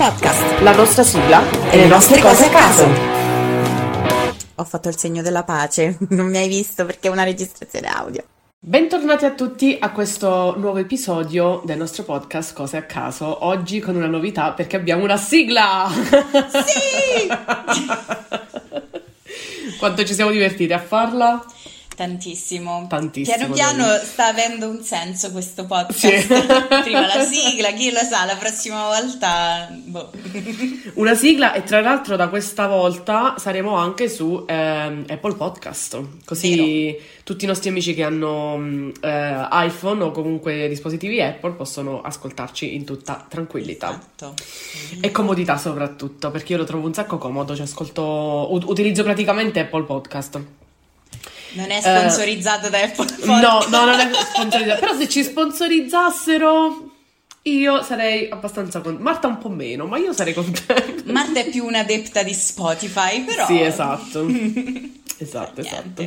podcast, la nostra sigla e le nostre cose a caso. Ho fatto il segno della pace, non mi hai visto perché è una registrazione audio. Bentornati a tutti a questo nuovo episodio del nostro podcast Cose a caso. Oggi con una novità perché abbiamo una sigla! Sì! Quanto ci siamo divertiti a farla? Tantissimo. Tantissimo. Piano piano sta avendo un senso questo podcast. Sì. Prima la sigla, chi lo sa, la prossima volta... Boh. Una sigla e tra l'altro da questa volta saremo anche su Apple Podcast. Così tutti i nostri amici che hanno iPhone o comunque dispositivi Apple possono ascoltarci in tutta tranquillità. Esatto. E comodità soprattutto, perché io lo trovo un sacco comodo, cioè utilizzo praticamente Apple Podcast. Non è sponsorizzato da Apple Podcast. No, non è sponsorizzato. Però se ci sponsorizzassero io sarei abbastanza contenta. Marta un po' meno, ma io sarei contenta. Marta è più un'adepta di Spotify, però... Sì, esatto. Esatto.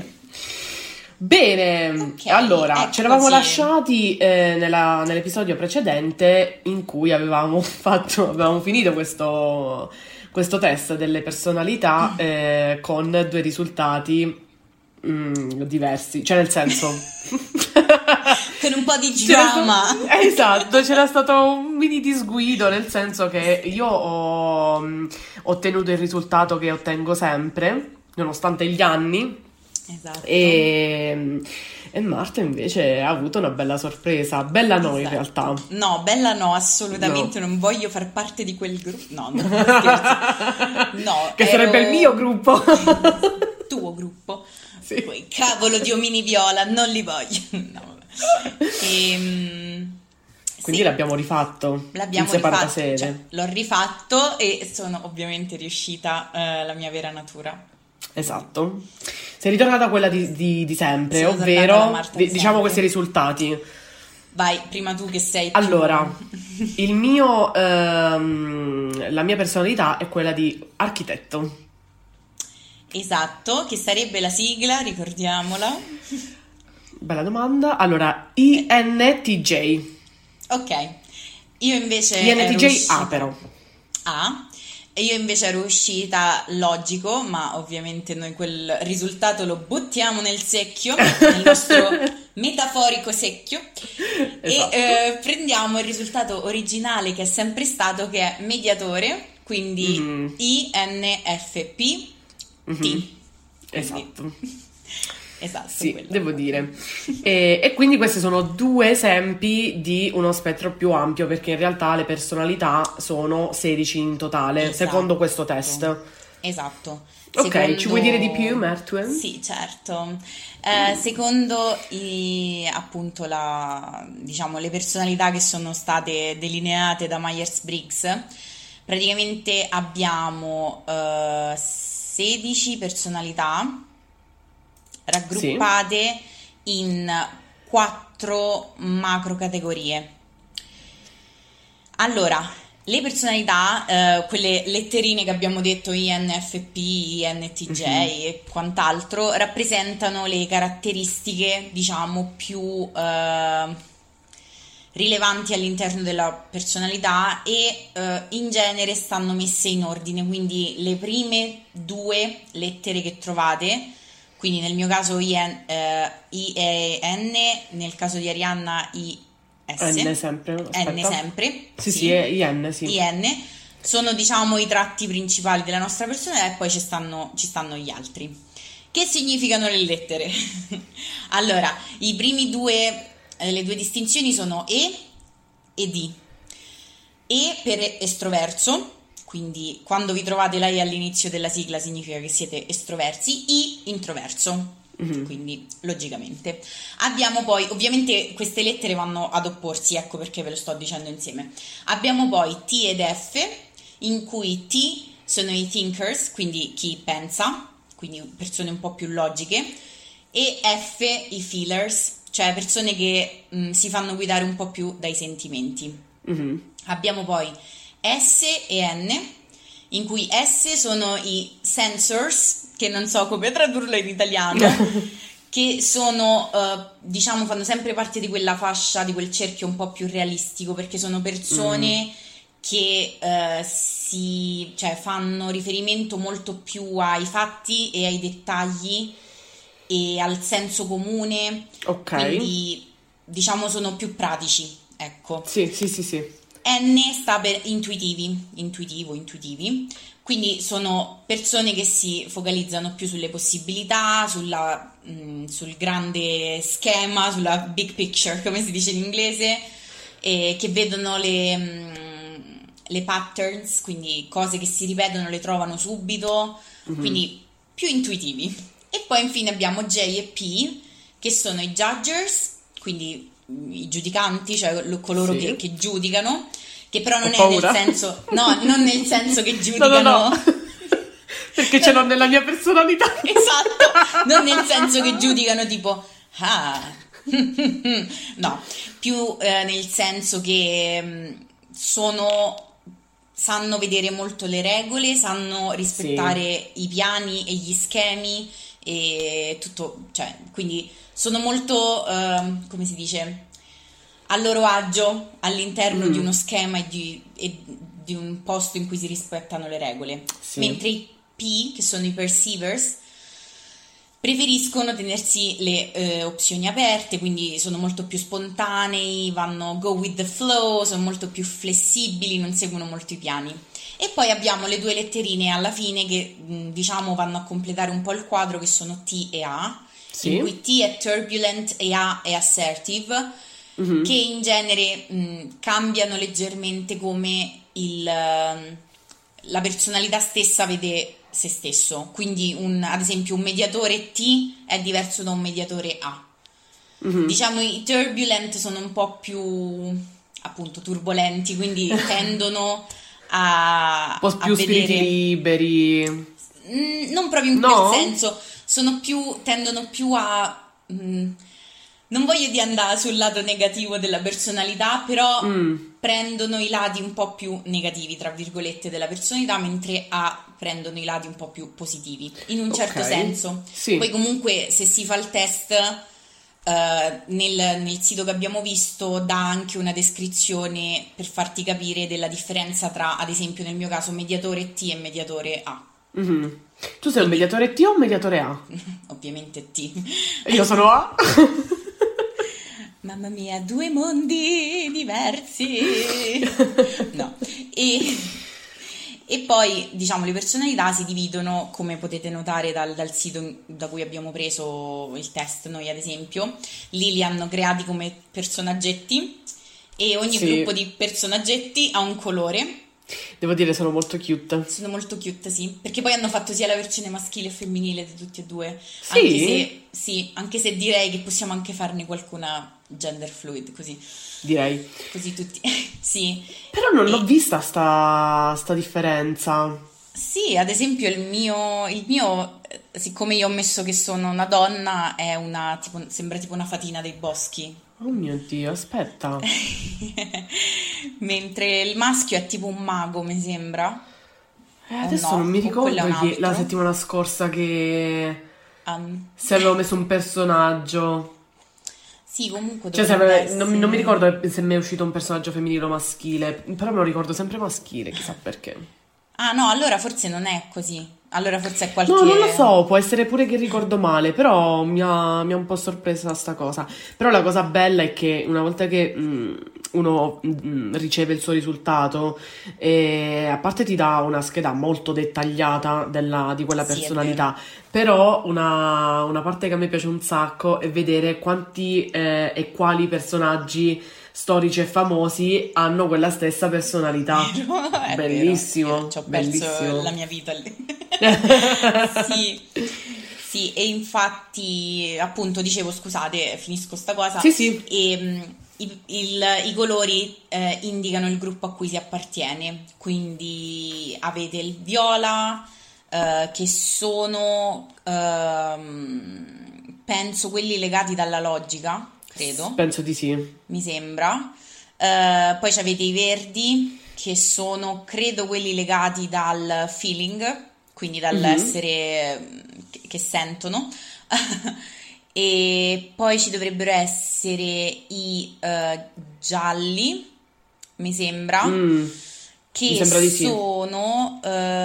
Bene, Ok, allora, ci eravamo eccoci. lasciati nell'episodio precedente in cui avevamo finito questo test delle personalità con due risultati diversi, cioè nel senso Con un po' di drama. Esatto, c'era stato un mini disguido, nel senso che io ho ottenuto il risultato che ottengo sempre nonostante gli anni. Esatto. E Marta invece ha avuto una bella sorpresa, bella no in realtà. No, bella no, assolutamente non voglio far parte di quel gruppo. No, scherzo. No, Che sarebbe il mio gruppo. tuo gruppo. Sì. Quei cavolo di omini viola, non li voglio. No, vabbè. Quindi sì, l'abbiamo rifatto l'abbiamo in separata rifatto, sede. cioè, l'ho rifatto e sono ovviamente riuscita la mia vera natura. Esatto. Sei ritornata a quella di sempre, Sono tornata alla ovvero Marta di diciamo sempre. questi risultati. Vai, prima tu che sei più... Allora, la mia personalità è quella di architetto. Esatto, che sarebbe la sigla, ricordiamola. Bella domanda. Allora, INTJ. Ok, io invece INTJ ero uscita... A però. A, e io invece ero uscita logico, ma ovviamente noi quel risultato lo buttiamo nel secchio, nel nostro metaforico secchio, Esatto. e prendiamo il risultato originale che è sempre stato, che è mediatore, quindi INFP. Esatto. Esatto, Sì, quello. devo dire. E quindi questi sono due esempi di uno spettro più ampio, perché in realtà le personalità sono 16 in totale, Esatto. secondo questo test. Esatto. Ok, ci vuoi dire di più, Mertwen? Sì, certo. Secondo appunto diciamo, le personalità che sono state delineate da Myers-Briggs, praticamente abbiamo 16 personalità raggruppate in 4 macro categorie. Allora, le personalità, quelle letterine che abbiamo detto, INFP, INTJ e quant'altro, rappresentano le caratteristiche, diciamo, più rilevanti all'interno della personalità e in genere stanno messe in ordine, quindi le prime 2 lettere che trovate, quindi nel mio caso IEN, nel caso di Arianna IS. N sempre. Aspetta. N sempre. Sì, è IN, sì. IN sono, diciamo, i tratti principali della nostra personalità e poi ci stanno gli altri. Che significano le lettere? Allora, i primi le due distinzioni sono E e D. E per estroverso, quindi quando vi trovate la E all'inizio della sigla significa che siete estroversi. I introverso. Quindi logicamente abbiamo poi, ovviamente queste lettere vanno ad opporsi, ecco perché ve lo sto dicendo insieme. Abbiamo poi T ed F, in cui T sono i thinkers, quindi chi pensa, quindi persone un po' più logiche, e F i feelers, cioè persone che si fanno guidare un po' più dai sentimenti. Abbiamo poi S e N, in cui S sono i sensors, che non so come tradurlo in italiano, che sono, diciamo, fanno sempre parte di quella fascia, di quel cerchio un po' più realistico, perché sono persone che cioè, fanno riferimento molto più ai fatti e ai dettagli e al senso comune, Ok. quindi diciamo sono più pratici, ecco. Sì, sì, sì, sì. N sta per intuitivi, quindi sono persone che si focalizzano più sulle possibilità, sul grande schema, sulla big picture, come si dice in inglese, e che vedono le patterns, quindi cose che si ripetono le trovano subito, quindi più intuitivi. E poi infine abbiamo J e P, che sono i judgers, quindi i giudicanti, cioè coloro Sì. che giudicano, che però non Ho è nel paura. senso, no, non nel senso che No, no, giudicano, no. Perché ce l'ho nella mia personalità. esatto, non nel senso che giudicano tipo, ah, no, più nel senso che sanno vedere molto le regole, sanno rispettare i piani e gli schemi e tutto, cioè, quindi sono molto, come si dice, a loro agio all'interno di uno schema e di un posto in cui si rispettano le regole. Sì. Mentre i P, che sono i perceivers, preferiscono tenersi le opzioni aperte, quindi sono molto più spontanei, vanno go with the flow, sono molto più flessibili, non seguono molto i piani. E poi abbiamo le due letterine alla fine che diciamo vanno a completare un po' il quadro, che sono T e A, Sì. in cui T è turbulent e A è assertive, che in genere cambiano leggermente come la personalità stessa vede se stesso. Quindi ad esempio un mediatore T è diverso da un mediatore A. Diciamo i turbulent sono un po' più appunto turbolenti, quindi tendono Un po' a più spiriti vedere liberi. non proprio in No? quel senso, tendono più a non voglio di andare sul lato negativo della personalità, però prendono i lati un po' più negativi, tra virgolette, della personalità, mentre A prendono i lati un po' più positivi, in un certo Ok. senso. Sì. Poi comunque se si fa il test, nel sito che abbiamo visto dà anche una descrizione per farti capire della differenza tra, ad esempio nel mio caso, mediatore T e mediatore A. Mhm. Tu sei un mediatore T o un mediatore A? Ovviamente T. E io sono A. Mamma mia, due mondi diversi. No. E poi, diciamo, le personalità si dividono, come potete notare dal sito da cui abbiamo preso il test, noi ad esempio, lì li hanno creati come personaggetti e ogni Sì. gruppo di personaggetti ha un colore. Devo dire, sono molto cute. Sono molto cute, sì, perché poi hanno fatto sia la versione maschile e femminile di tutti e due. Sì? Anche se direi che possiamo anche farne qualcuna gender fluid, Direi. così tutti. Sì. Però non l'ho E- vista sta differenza. sì, ad esempio il mio, siccome io ho messo che sono una donna, sembra tipo una fatina dei boschi. Oh mio Dio, aspetta. Mentre il maschio è tipo un mago, mi sembra. O Adesso no, non mi o quello è ricordo un la altro. settimana scorsa che se avevo Sì, messo un personaggio. sì, comunque Cioè, dovrebbe non mi essere. ricordo se mi è uscito un personaggio femminile o maschile. Però me lo ricordo sempre maschile, chissà perché. Ah no, allora forse non è così. Allora forse è No, non lo qualche. so, può essere pure che ricordo male, però mi ha un po' sorpresa sta cosa. Però la cosa bella è che una volta che uno riceve il suo risultato, a parte ti dà una scheda molto dettagliata di quella Sì, è vero. personalità, però una parte che a me piace un sacco è vedere quanti e quali personaggi storici e famosi hanno quella stessa personalità. Vero? È Bellissimo, vero. Io ci ho perso bellissimo. la mia vita lì. Sì, sì, e infatti, appunto, dicevo, scusate, finisco sta cosa. Sì, sì. E, i colori indicano il gruppo a cui si appartiene, quindi avete il viola, che sono, penso, quelli legati dalla logica, credo. Penso di sì. Mi sembra. Poi avete i verdi, che sono, credo, quelli legati dal feeling, quindi dall'essere che sentono. E poi ci dovrebbero essere i gialli, mi sembra, Mm. Mi che sembra di sì. sono,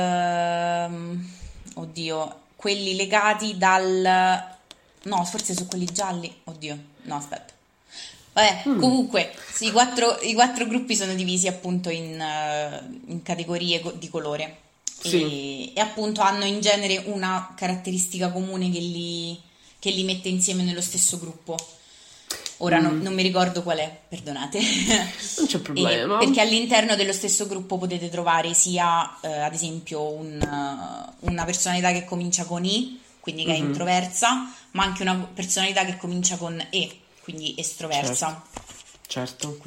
oddio, quelli legati dal... No, forse sono quelli gialli. Oddio, no, aspetta. Vabbè, Mm, comunque, sì, i quattro gruppi sono divisi appunto in categorie di colore sì. e appunto hanno in genere una caratteristica comune che li mette insieme nello stesso gruppo. Ora Mm, non mi ricordo qual è, perdonate. non c'è problema. Perché all'interno dello stesso gruppo potete trovare sia, ad esempio, una personalità che comincia con I, quindi che è Mhm, introversa, ma anche una personalità che comincia con E, quindi certo, estroversa. certo.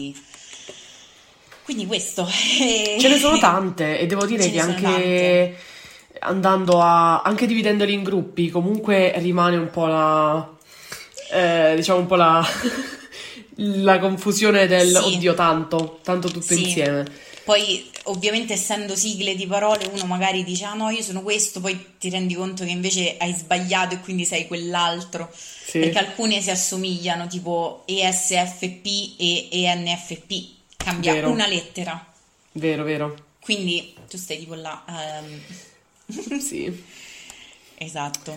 Quindi questo. Ce ne sono tante e devo dire Ce che ne sono tante. anche andando a, anche dividendoli in gruppi, comunque rimane un po' diciamo un po' la confusione del Sì, oddio, tanto tutto sì. insieme. Poi, ovviamente, essendo sigle di parole, uno magari dice, ah no, io sono questo, poi ti rendi conto che invece hai sbagliato e quindi sei quell'altro. Perché Sì, alcune si assomigliano, tipo ESFP e ENFP, cambia vero, una lettera. vero, vero. Quindi tu stai tipo là. Sì. Esatto.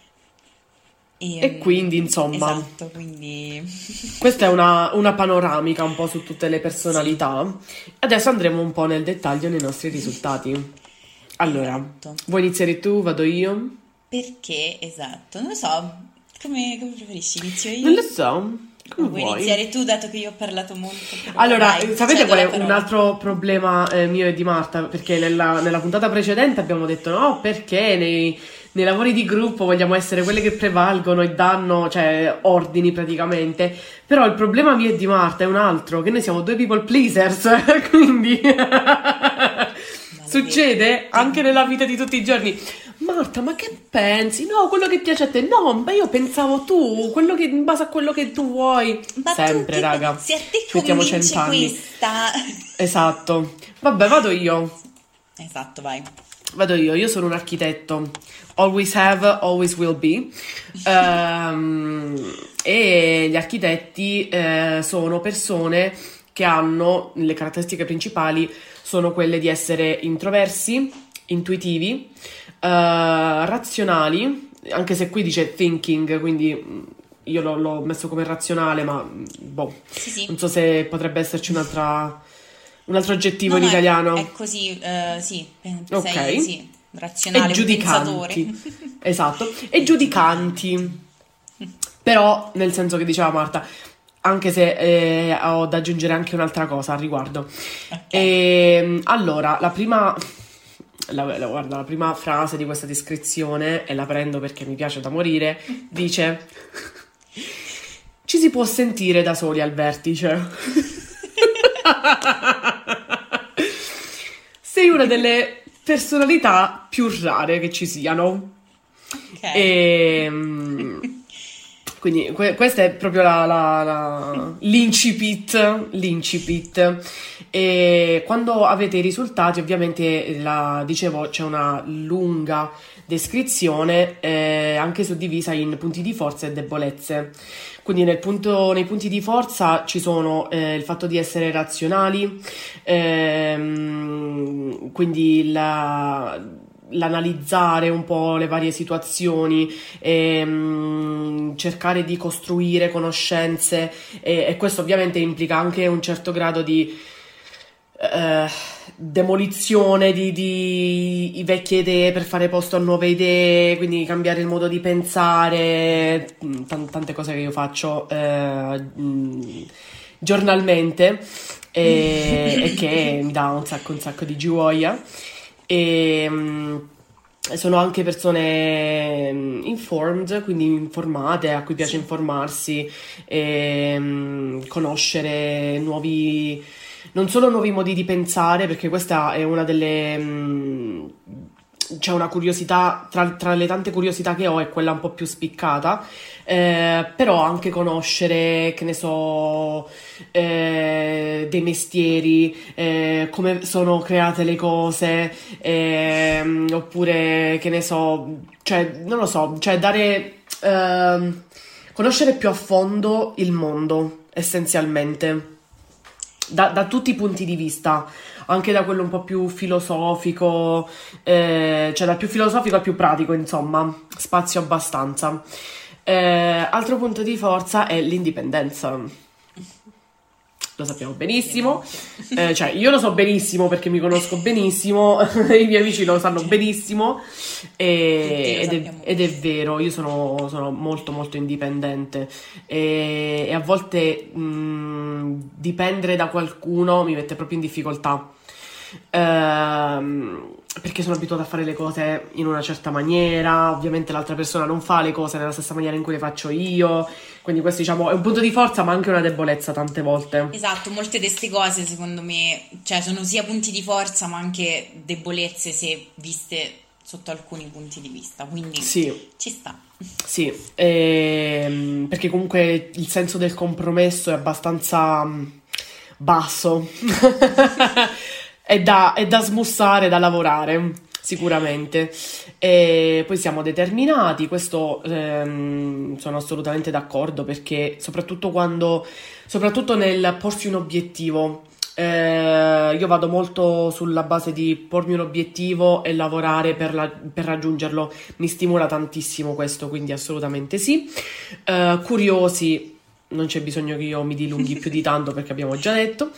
E quindi, insomma, Esatto, quindi... questa è una panoramica un po' su tutte le Sì, personalità. Adesso andremo un po' nel dettaglio nei nostri risultati. Allora, esatto. vuoi iniziare tu? Vado io? Perché? Esatto, non lo so. Come preferisci? Inizio Non lo io? so, O come vuoi vuoi. iniziare tu, dato che io ho parlato molto? Allora, Vai, ti sapete cedo qual è la un parola. altro problema mio e di Marta? Perché nella puntata precedente abbiamo detto no, perché nei lavori di gruppo vogliamo essere quelle che prevalgono e danno, cioè, ordini praticamente. Però il problema mio e di Marta è un altro, che noi siamo due people pleasers, quindi succede Maledetti. anche nella vita di tutti i giorni. Marta, ma che pensi? No, quello che piace a te. No, ma io pensavo tu, quello che, in base a quello che tu vuoi. Ma tu Sempre, raga. se a te Ci mettiamo convince 100 anni. questa... Esatto. Vabbè, vado io. Esatto, vai. Vado io sono un architetto. Always have, always will be. E gli architetti sono persone che hanno, le caratteristiche principali sono quelle di essere introversi, intuitivi, razionali, anche se qui dice thinking, quindi io l'ho messo come razionale, ma boh, Sì, non sì. so se potrebbe esserci un altro aggettivo No, in no, è italiano. così, sì, Ok. sei, sì, E razionale, un pensatore. giudicanti. Esatto. E E giudicanti. giudicanti. Però, nel senso che diceva Marta, anche se ho da aggiungere anche un'altra cosa al riguardo. Ok. Allora, guarda, la prima frase di questa descrizione, e la prendo perché mi piace da morire, dice: Ci si può sentire da soli al vertice. Sei una delle personalità più rare che ci siano. Ok. Quindi questa è proprio l'incipit. E quando avete i risultati, ovviamente, dicevo, c'è una lunga descrizione, anche suddivisa in punti di forza e debolezze. Quindi nei punti di forza ci sono il fatto di essere razionali, quindi l'analizzare un po' le varie situazioni, cercare di costruire conoscenze e questo ovviamente implica anche un certo grado di eh, demolizione di vecchie idee per fare posto a nuove idee, quindi cambiare il modo di pensare, tante cose che io faccio giornalmente e che mi dà un sacco di gioia. E sono anche persone informed, quindi informate, a cui piace Sì. informarsi e conoscere non solo nuovi modi di pensare, perché questa è una delle... c'è una curiosità, tra le tante curiosità che ho, è quella un po' più spiccata, però anche conoscere, che ne so, dei mestieri, come sono create le cose, oppure, che ne so, cioè, non lo so, cioè conoscere più a fondo il mondo, essenzialmente. da tutti i punti di vista, anche da quello un po' più filosofico, cioè dal più filosofico al più pratico, insomma, spazio abbastanza. Altro punto di forza è l'indipendenza. Lo sappiamo benissimo, cioè io lo so benissimo perché mi conosco benissimo, i miei amici lo sanno benissimo ed è vero, io sono molto molto indipendente e a volte dipendere da qualcuno mi mette proprio in difficoltà. Perché sono abituata a fare le cose in una certa maniera, ovviamente l'altra persona non fa le cose nella stessa maniera in cui le faccio io, quindi questo diciamo è un punto di forza ma anche una debolezza tante volte. Esatto, molte di queste cose secondo me, cioè sono sia punti di forza ma anche debolezze se viste sotto alcuni punti di vista, quindi sì. Ci sta. Sì, perché comunque il senso del compromesso è abbastanza basso. È da smussare, da lavorare, sicuramente. E poi siamo determinati, questo sono assolutamente d'accordo, perché soprattutto nel porsi un obiettivo, io vado molto sulla base di pormi un obiettivo e lavorare per raggiungerlo, mi stimola tantissimo questo, quindi assolutamente sì. Curiosi, non c'è bisogno che io mi dilunghi più di tanto perché abbiamo già detto.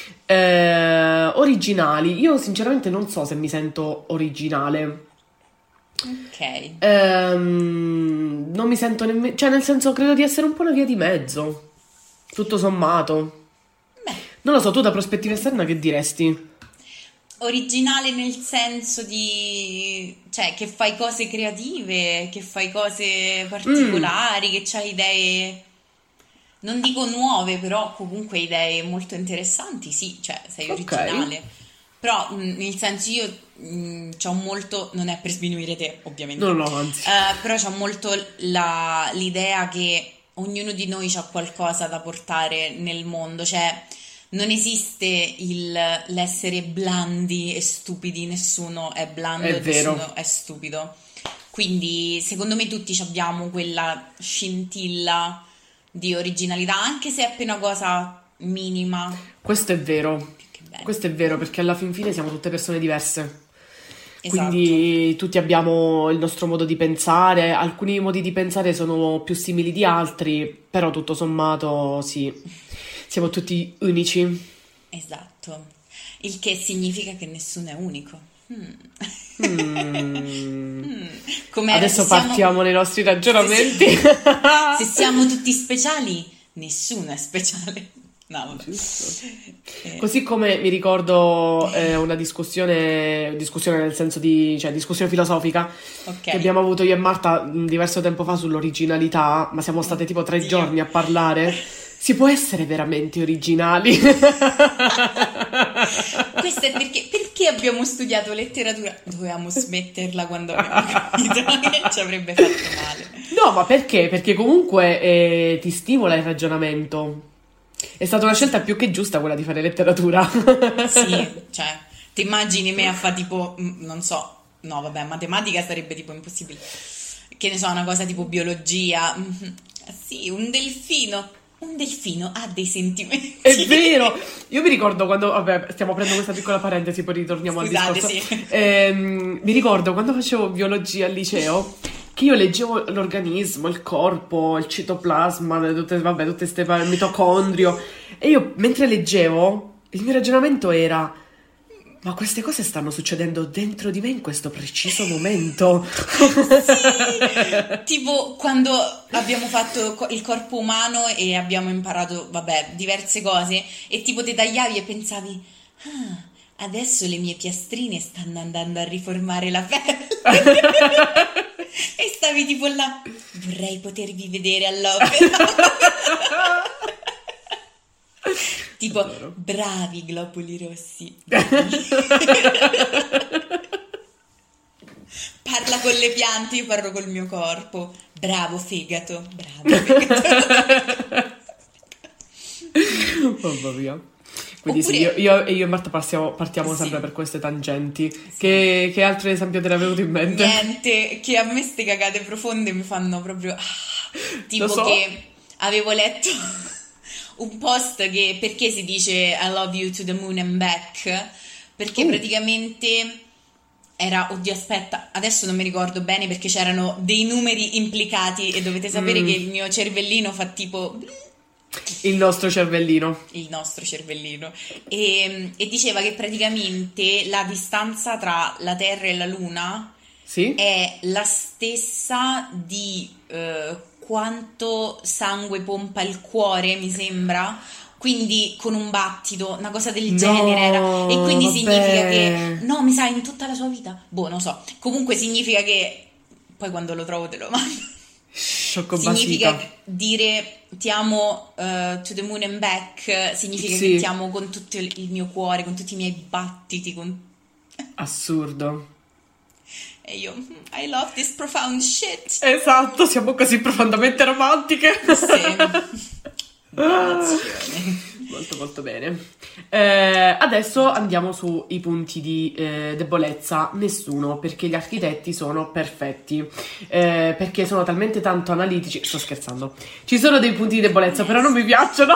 Originali, io sinceramente non so se mi sento originale. Ok. Non mi sento nemmeno, cioè nel senso credo di essere un po' una via di mezzo, tutto sommato. Beh, non lo so, tu da prospettiva esterna che diresti? originale nel senso di, cioè, che fai cose creative, che fai cose particolari, che c'hai idee, non dico nuove, però comunque idee molto interessanti, sì, cioè sei originale. Però nel senso io c'ho molto, non è per sminuire te ovviamente, No, anzi. però c'ho molto l'idea che ognuno di noi ha qualcosa da portare nel mondo, cioè non esiste l'essere blandi e stupidi, nessuno è blando È e vero. nessuno è stupido. Quindi secondo me tutti abbiamo quella scintilla di originalità, anche se è appena una cosa minima. Questo è vero. Che bello. Questo è vero, perché alla fin fine siamo tutte persone diverse. Esatto. Quindi tutti abbiamo il nostro modo di pensare, alcuni modi di pensare sono più simili di altri, però tutto sommato sì, siamo tutti unici. Esatto. Il che significa che nessuno è unico. Come Adesso partiamo nei nostri ragionamenti. Se siamo tutti speciali, nessuno è speciale. No, vabbè. Così come mi ricordo una discussione nel senso di, cioè discussione filosofica che abbiamo avuto io e Marta diverso tempo fa sull'originalità, ma siamo state tipo 3 giorni a parlare. Si può essere veramente originali? Questo è perché abbiamo studiato letteratura. Dovevamo smetterla quando abbiamo capito che ci avrebbe fatto male. No, ma perché? Perché comunque ti stimola il ragionamento. È stata una scelta più che giusta quella di fare letteratura. Sì, cioè, ti immagini me a fare tipo, non so, no vabbè, matematica sarebbe tipo impossibile. Che ne so, una cosa tipo biologia. Sì, un delfino ha dei sentimenti. È vero! Io mi ricordo quando, vabbè, stiamo aprendo questa piccola parentesi, poi ritorniamo al discorso. Sì. Mi ricordo quando facevo biologia al liceo che io leggevo l'organismo, il corpo, il citoplasma, tutte queste il mitocondrio, e io mentre leggevo il mio ragionamento era: ma queste cose stanno succedendo dentro di me in questo preciso momento. Sì, tipo quando abbiamo fatto il corpo umano e abbiamo imparato, vabbè, diverse cose, e tipo ti tagliavi e pensavi: adesso le mie piastrine stanno andando a riformare la pelle. E stavi tipo là: vorrei potervi vedere all'opera. Tipo, bravi globuli rossi. Parla con le piante, io parlo col mio corpo. Bravo fegato, bravo fegato. Mamma mia. Quindi Oppure, sì, io e Marta partiamo sempre per queste tangenti. Sì. Che altro esempio te ne è venuto in mente? Niente, che a me ste cagate profonde mi fanno proprio... tipo Lo so. che avevo letto un post che perché si dice I love you to the moon and back, perché praticamente era, oddio aspetta, adesso non mi ricordo bene perché c'erano dei numeri implicati e dovete sapere che il mio cervellino fa tipo il nostro cervellino. E diceva che praticamente la distanza tra la Terra e la Luna Sì? è la stessa di quanto sangue pompa il cuore, mi sembra. Quindi con un battito, una cosa del genere era. E quindi significa che, no, mi sa, in tutta la sua vita, boh, non so. Comunque significa che, poi quando lo trovo te lo mando. Sciocco Significa basita. dire ti amo to the moon and back, significa Sì. che ti amo con tutto il mio cuore, con tutti i miei battiti, Assurdo. e io, I love this profound shit. Esatto, siamo così profondamente romantiche. Sì. Dannazione. Molto molto bene. Adesso andiamo sui punti di debolezza. Nessuno, perché gli architetti sono perfetti, perché sono talmente tanto analitici. Sto scherzando. Ci sono dei punti di debolezza, però non mi piacciono.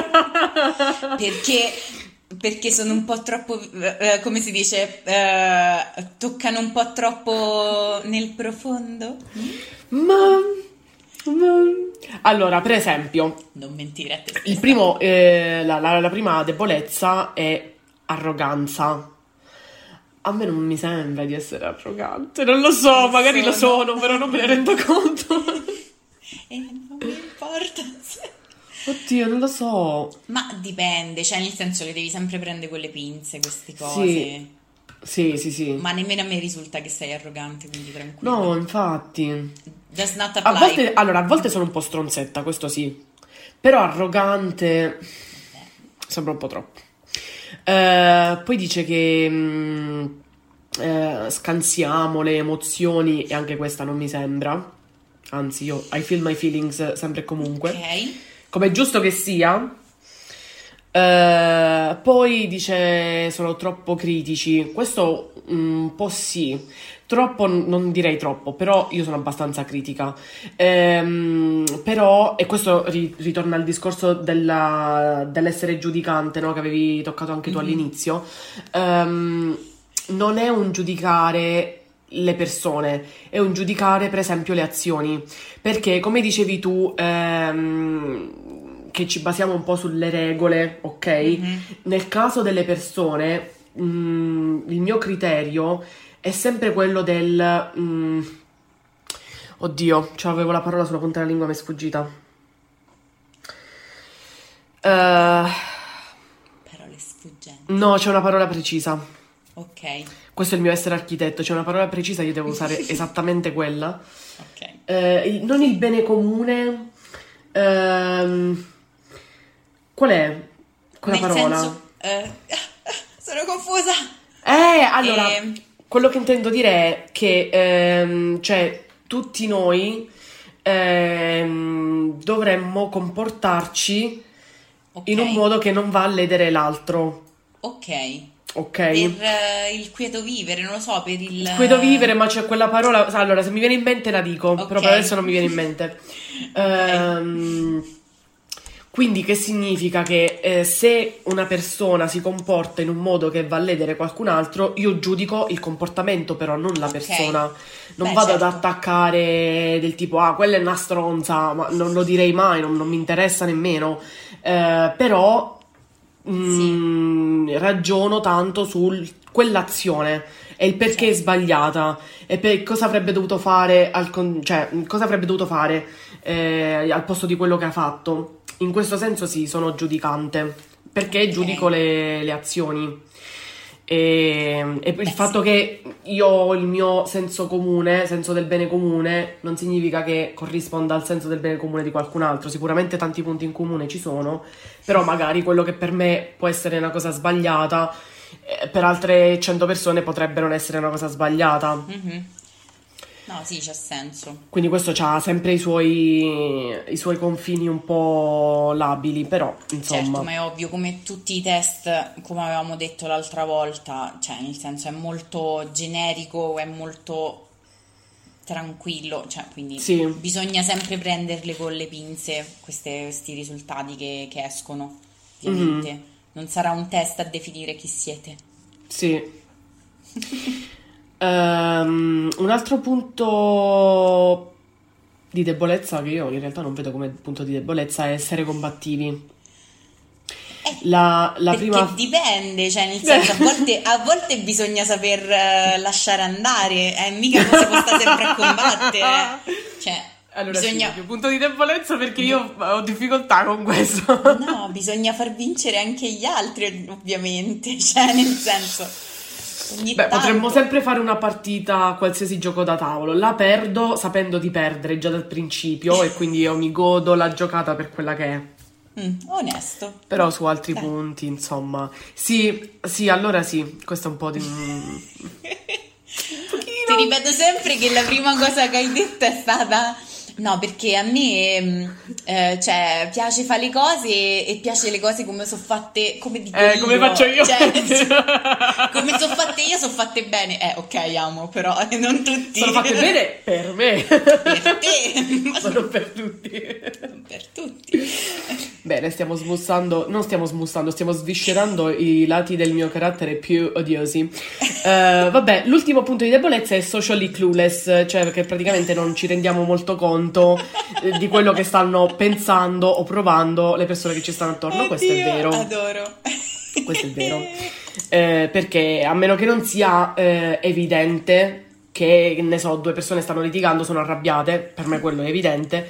Perché sono un po' troppo, come si dice, toccano un po' troppo nel profondo. Ma allora, per esempio, Non mentire a te il stessa. primo, la prima debolezza è arroganza. A me non mi sembra di essere arrogante, non lo so, magari lo sono, però non me ne rendo conto. E non mi importa. Oddio, non lo so. Ma dipende, cioè nel senso le devi sempre prendere con le pinze queste cose. Sì. Ma nemmeno a me risulta che sei arrogante, quindi tranquillo. No, infatti. Does not A apply. volte sono un po' stronzetta, questo sì. Però arrogante sembra un po' troppo. Poi dice che scansiamo le emozioni e anche questa non mi sembra. Anzi, io I feel my feelings sempre e comunque. Ok. Come è giusto che sia. Poi dice sono troppo critici. Questo un po' sì. Troppo, non direi troppo, però io sono abbastanza critica. Però, e questo ritorna al discorso dell'essere giudicante, no? Che avevi toccato anche tu all'inizio. Non è un giudicare le persone, è un giudicare per esempio le azioni. Perché, come dicevi tu, che ci basiamo un po' sulle regole, ok? Nel caso delle persone, il mio criterio è sempre quello del... oddio, avevo la parola sulla punta della lingua, mi è sfuggita. Parole sfuggenti. No, c'è una parola precisa. Ok. Questo è il mio essere architetto, c'è una parola precisa, io devo usare esattamente quella. Ok. Non il bene comune. Qual è quella Nel parola? senso, sono confusa. Allora, quello che intendo dire è che cioè, tutti noi dovremmo comportarci Ok. in un modo che non va a ledere l'altro, Ok. ok? Per il quieto vivere, non lo so, per il... Quieto vivere, ma c'è quella parola. Allora, se mi viene in mente la dico, Ok. però per adesso non mi viene in mente. Quindi che significa che se una persona si comporta in un modo che va a ledere qualcun altro, io giudico il comportamento, però non la Ok. persona. Non Beh, vado certo. ad attaccare del tipo, quella è una stronza, ma non lo direi mai, non mi interessa nemmeno. Però ragiono tanto su quell'azione e il perché è sbagliata e per cosa avrebbe dovuto fare cosa avrebbe dovuto fare al posto di quello che ha fatto. In questo senso sì, sono giudicante perché Ok. giudico le azioni e il Beh, fatto che io ho il mio senso comune, senso del bene comune, non significa che corrisponda al senso del bene comune di qualcun altro. Sicuramente tanti punti in comune ci sono, però magari quello che per me può essere una cosa sbagliata, per altre 100 persone potrebbe non essere una cosa sbagliata. Mhm. No, sì, c'ha senso. Quindi questo ha sempre i suoi confini un po' labili, però insomma. Certo, ma è ovvio, come tutti i test, come avevamo detto l'altra volta, cioè nel senso è molto generico, è molto tranquillo, cioè quindi Sì. bisogna sempre prenderle con le pinze questi risultati che escono, ovviamente. Non sarà un test a definire chi siete. Sì. Un altro punto di debolezza che io in realtà non vedo come punto di debolezza è essere combattivi. Perché Prima... dipende, cioè nel senso a volte bisogna saper lasciare andare, mica si può stare sempre a combattere, cioè Allora bisogna... sì, punto di debolezza perché io ho difficoltà con questo. No, bisogna far vincere anche gli altri, ovviamente, cioè nel senso... Potremmo sempre fare una partita a qualsiasi gioco da tavolo. La perdo sapendo di perdere già dal principio e quindi io mi godo la giocata per quella che è. Onesto. Però su altri punti, insomma. Sì, allora sì, questo è un po' di... Ti ripeto sempre che la prima cosa che hai detto è stata... No, perché a me cioè, piace fare le cose e piace le cose come sono fatte, come dico io. Come faccio io. Cioè, come sono fatte io, sono fatte bene. Ok, amo, però non tutti. Sono fatte bene per me. Per te. Ma non per tutti. Non per tutti. Bene, stiamo sviscerando i lati del mio carattere più odiosi. Vabbè, l'ultimo punto di debolezza è socially clueless, cioè perché praticamente non ci rendiamo molto conto di quello che stanno pensando o provando le persone che ci stanno attorno. Questo è vero. Adoro. Questo è vero. Perché a meno che non sia evidente che, ne so, due persone stanno litigando, sono arrabbiate, per me quello è evidente.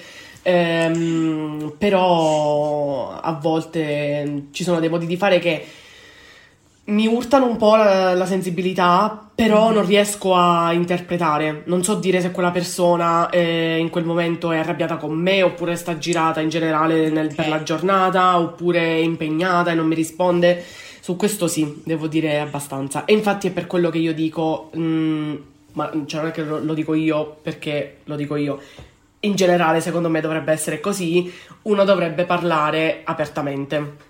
Però a volte ci sono dei modi di fare che mi urtano un po' la sensibilità, però non riesco a interpretare. Non so dire se quella persona in quel momento è arrabbiata con me, oppure sta girata in generale per la giornata, oppure è impegnata e non mi risponde. Su questo sì, devo dire abbastanza. E infatti è per quello che io dico, ma cioè non è che lo dico io perché lo dico io. In generale, secondo me dovrebbe essere così, uno dovrebbe parlare apertamente.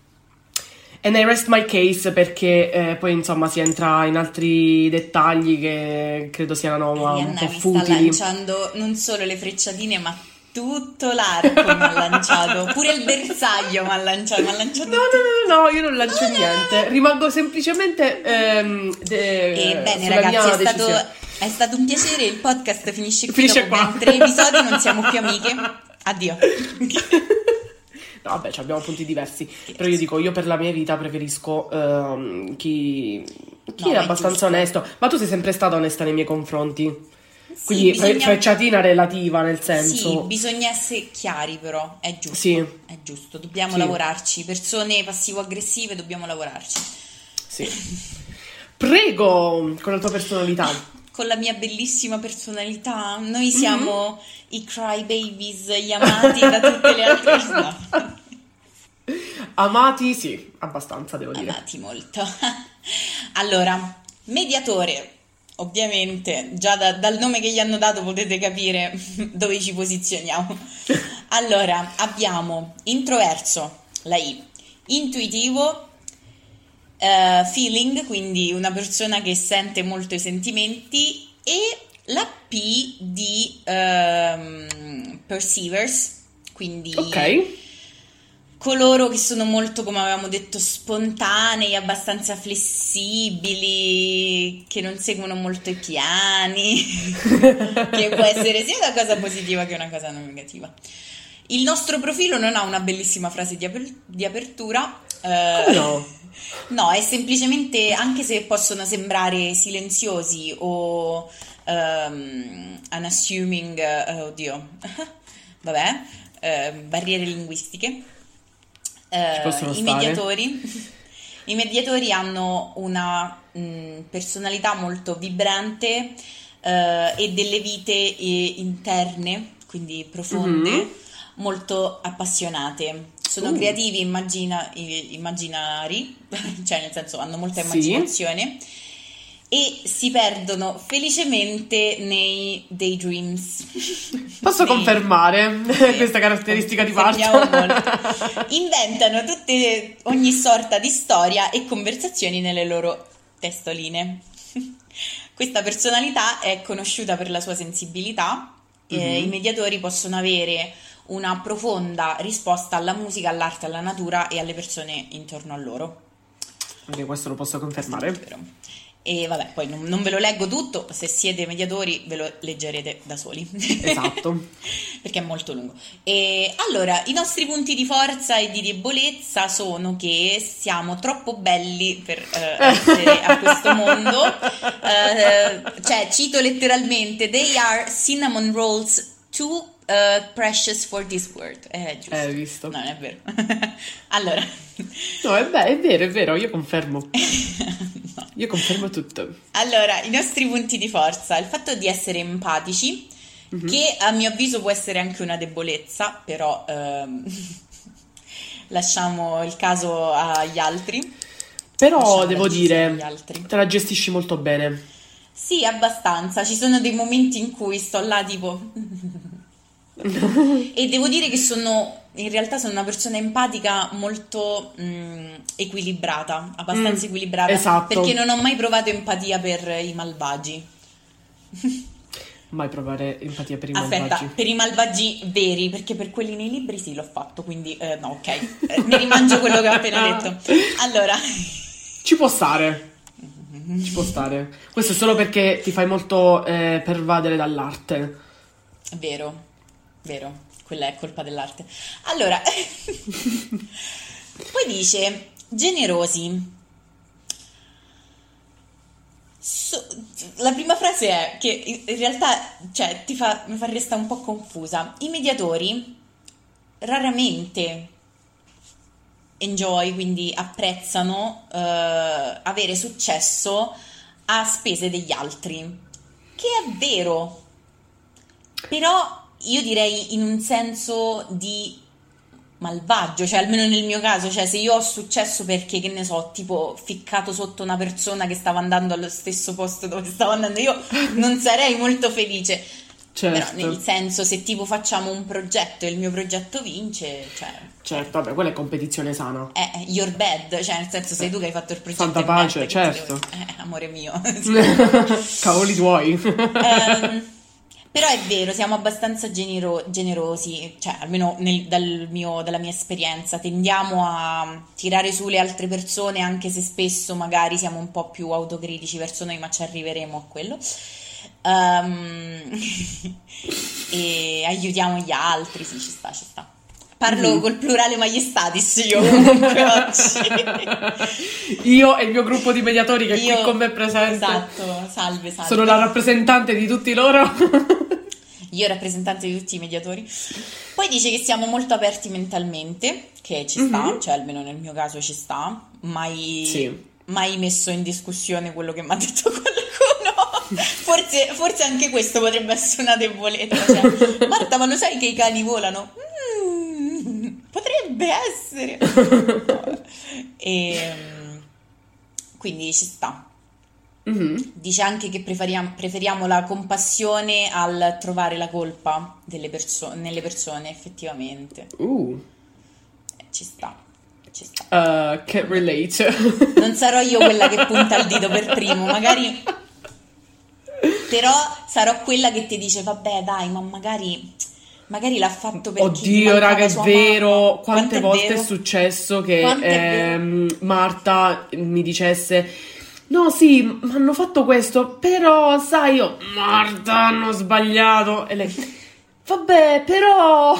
And I rest my case perché poi insomma si entra in altri dettagli che credo siano un po' futili. Sta lanciando non solo le frecciatine ma tutto l'arco mi ha lanciato, pure il bersaglio mi ha lanciato. No, io non lancio niente, rimango semplicemente bene ragazzi, è stato un piacere, il podcast finisce qui dopo qua. 3 episodi, non siamo più amiche, addio. No, vabbè, abbiamo punti diversi, però io dico, io per la mia vita preferisco chi è abbastanza onesto, ma tu sei sempre stata onesta nei miei confronti, sì, quindi frecciatina relativa, nel senso... Sì, bisogna essere chiari però, è giusto, sì. È giusto, dobbiamo lavorarci, persone passivo-aggressive dobbiamo lavorarci. Sì. Prego, con la tua personalità. Con la mia bellissima personalità, noi siamo i cry babies, gli amati da tutte le altre persone. Amati, sì, abbastanza devo dire. Amati molto. Allora, mediatore, ovviamente, già dal nome che gli hanno dato potete capire dove ci posizioniamo. Allora, abbiamo introverso, la I, intuitivo, feeling, quindi una persona che sente molto i sentimenti, e la P di perceivers, quindi coloro che sono molto, come avevamo detto, spontanei, abbastanza flessibili, che non seguono molto i piani, che può essere sia una cosa positiva che una cosa negativa. Il nostro profilo non ha una bellissima frase di apertura. No. No, è semplicemente, anche se possono sembrare silenziosi o unassuming, barriere linguistiche, i mediatori hanno una personalità molto vibrante e delle vite interne, quindi profonde, molto appassionate. Sono creativi, immaginari, cioè nel senso hanno molta immaginazione, e si perdono felicemente nei daydreams. Posso confermare questa caratteristica di parte? Inventano ogni sorta di storia e conversazioni nelle loro testoline. Questa personalità è conosciuta per la sua sensibilità. I Mhm. mediatori possono avere una profonda risposta alla musica, all'arte, alla natura e alle persone intorno a loro. Anche questo lo posso Questo è molto confermare. vero. E vabbè, poi non ve lo leggo tutto, se siete mediatori ve lo leggerete da soli, Esatto. perché è molto lungo. E allora, i nostri punti di forza e di debolezza sono che siamo troppo belli per essere a questo mondo. Cioè, cito letteralmente, they are cinnamon rolls too precious for this world. È giusto. Visto. No, non è vero. Allora, No, è vero, io confermo. no. Io confermo tutto. Allora, i nostri punti di forza, il fatto di essere empatici, Mhm. che a mio avviso può essere anche una debolezza, però lasciamo il caso agli altri. Però Lasciamo la devo decisione agli dire, altri. te la gestisci molto bene. Sì, abbastanza. Ci sono dei momenti in cui sto là tipo... E devo dire che in realtà sono una persona empatica molto equilibrata, abbastanza equilibrata, Esatto. perché non ho mai provato empatia per i malvagi. Mai provare empatia per i Aspetta, malvagi. per i malvagi veri, perché per quelli nei libri sì l'ho fatto, quindi no, ok, mi rimangio quello che ho appena detto. Allora, Ci può stare. Ci può stare. Questo è solo perché ti fai molto pervadere dall'arte. vero, vero, quella è colpa dell'arte. Allora, poi dice, generosi. So- la prima frase è che in realtà, cioè, mi fa restare un po' confusa. I mediatori raramente enjoy, quindi apprezzano avere successo a spese degli altri, che è vero, però io direi in un senso di malvagio, cioè almeno nel mio caso, cioè se io ho successo perché, che ne so, tipo ficcato sotto una persona che stava andando allo stesso posto dove stavo andando io, non sarei molto felice. Però nel Certo. senso, se tipo facciamo un progetto e il mio progetto vince, cioè Certo, vabbè, quella è competizione sana. è your bad, cioè nel senso sei tu che hai fatto il progetto Santa e merda, pace, che ti certo. amore mio. Cavoli tuoi. Però è vero, siamo abbastanza generosi, cioè almeno dalla mia esperienza, tendiamo a tirare su le altre persone anche se spesso magari siamo un po' più autocritici verso noi, ma ci arriveremo a quello. Ehm, e aiutiamo gli altri, sì, ci sta, ci sta. Parlo col plurale maiestatis io comunque oggi. Io e il mio gruppo di mediatori che è qui con me è presente. Esatto, salve, salve. Sono la rappresentante di tutti loro. Io rappresentante di tutti i mediatori. Poi dice che siamo molto aperti mentalmente, che ci sta, cioè almeno nel mio caso ci sta, Sì. mai messo in discussione quello che mi ha detto qualcuno. Forse anche questo potrebbe essere una debolezza. Cioè, Marta, ma lo sai che i cani volano? Potrebbe essere. E, quindi ci sta. Mhm. Dice anche che preferiamo la compassione al trovare la colpa nelle persone, effettivamente. Ci sta, ci sta. Can't relate. Non sarò io quella che punta il dito per primo, magari, però sarò quella che ti dice, vabbè, dai, ma magari l'ha fatto perché gli Oddio, raga, mancava è sua vero. mamma. Quante Quanto è volte è vero? successo che Quanto è vero? Marta mi dicesse: No, sì, mi hanno fatto questo, però, sai, io, Marta, hanno sbagliato. E lei, vabbè, però,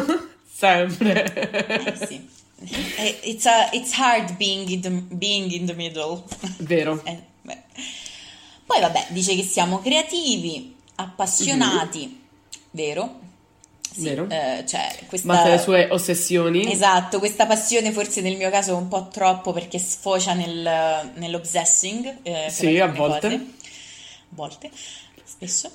sempre. Sì. It's hard being in the middle. Vero. Beh. Poi vabbè, dice che siamo creativi, appassionati, vero? Sì, Vero. cioè Ma per le questa... sue ossessioni? Esatto, questa passione forse nel mio caso è un po' troppo perché sfocia nell'obsessing per Sì, a alcune volte. cose. A volte, spesso.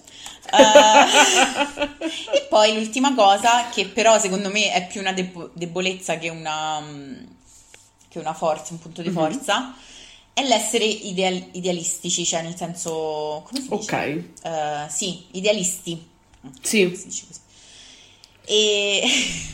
E poi l'ultima cosa, che però secondo me è più una debolezza che una forza, un punto di forza, è l'essere idealistici, cioè nel senso, come si dice? Ok. Sì, idealisti. Sì. Si dice così. E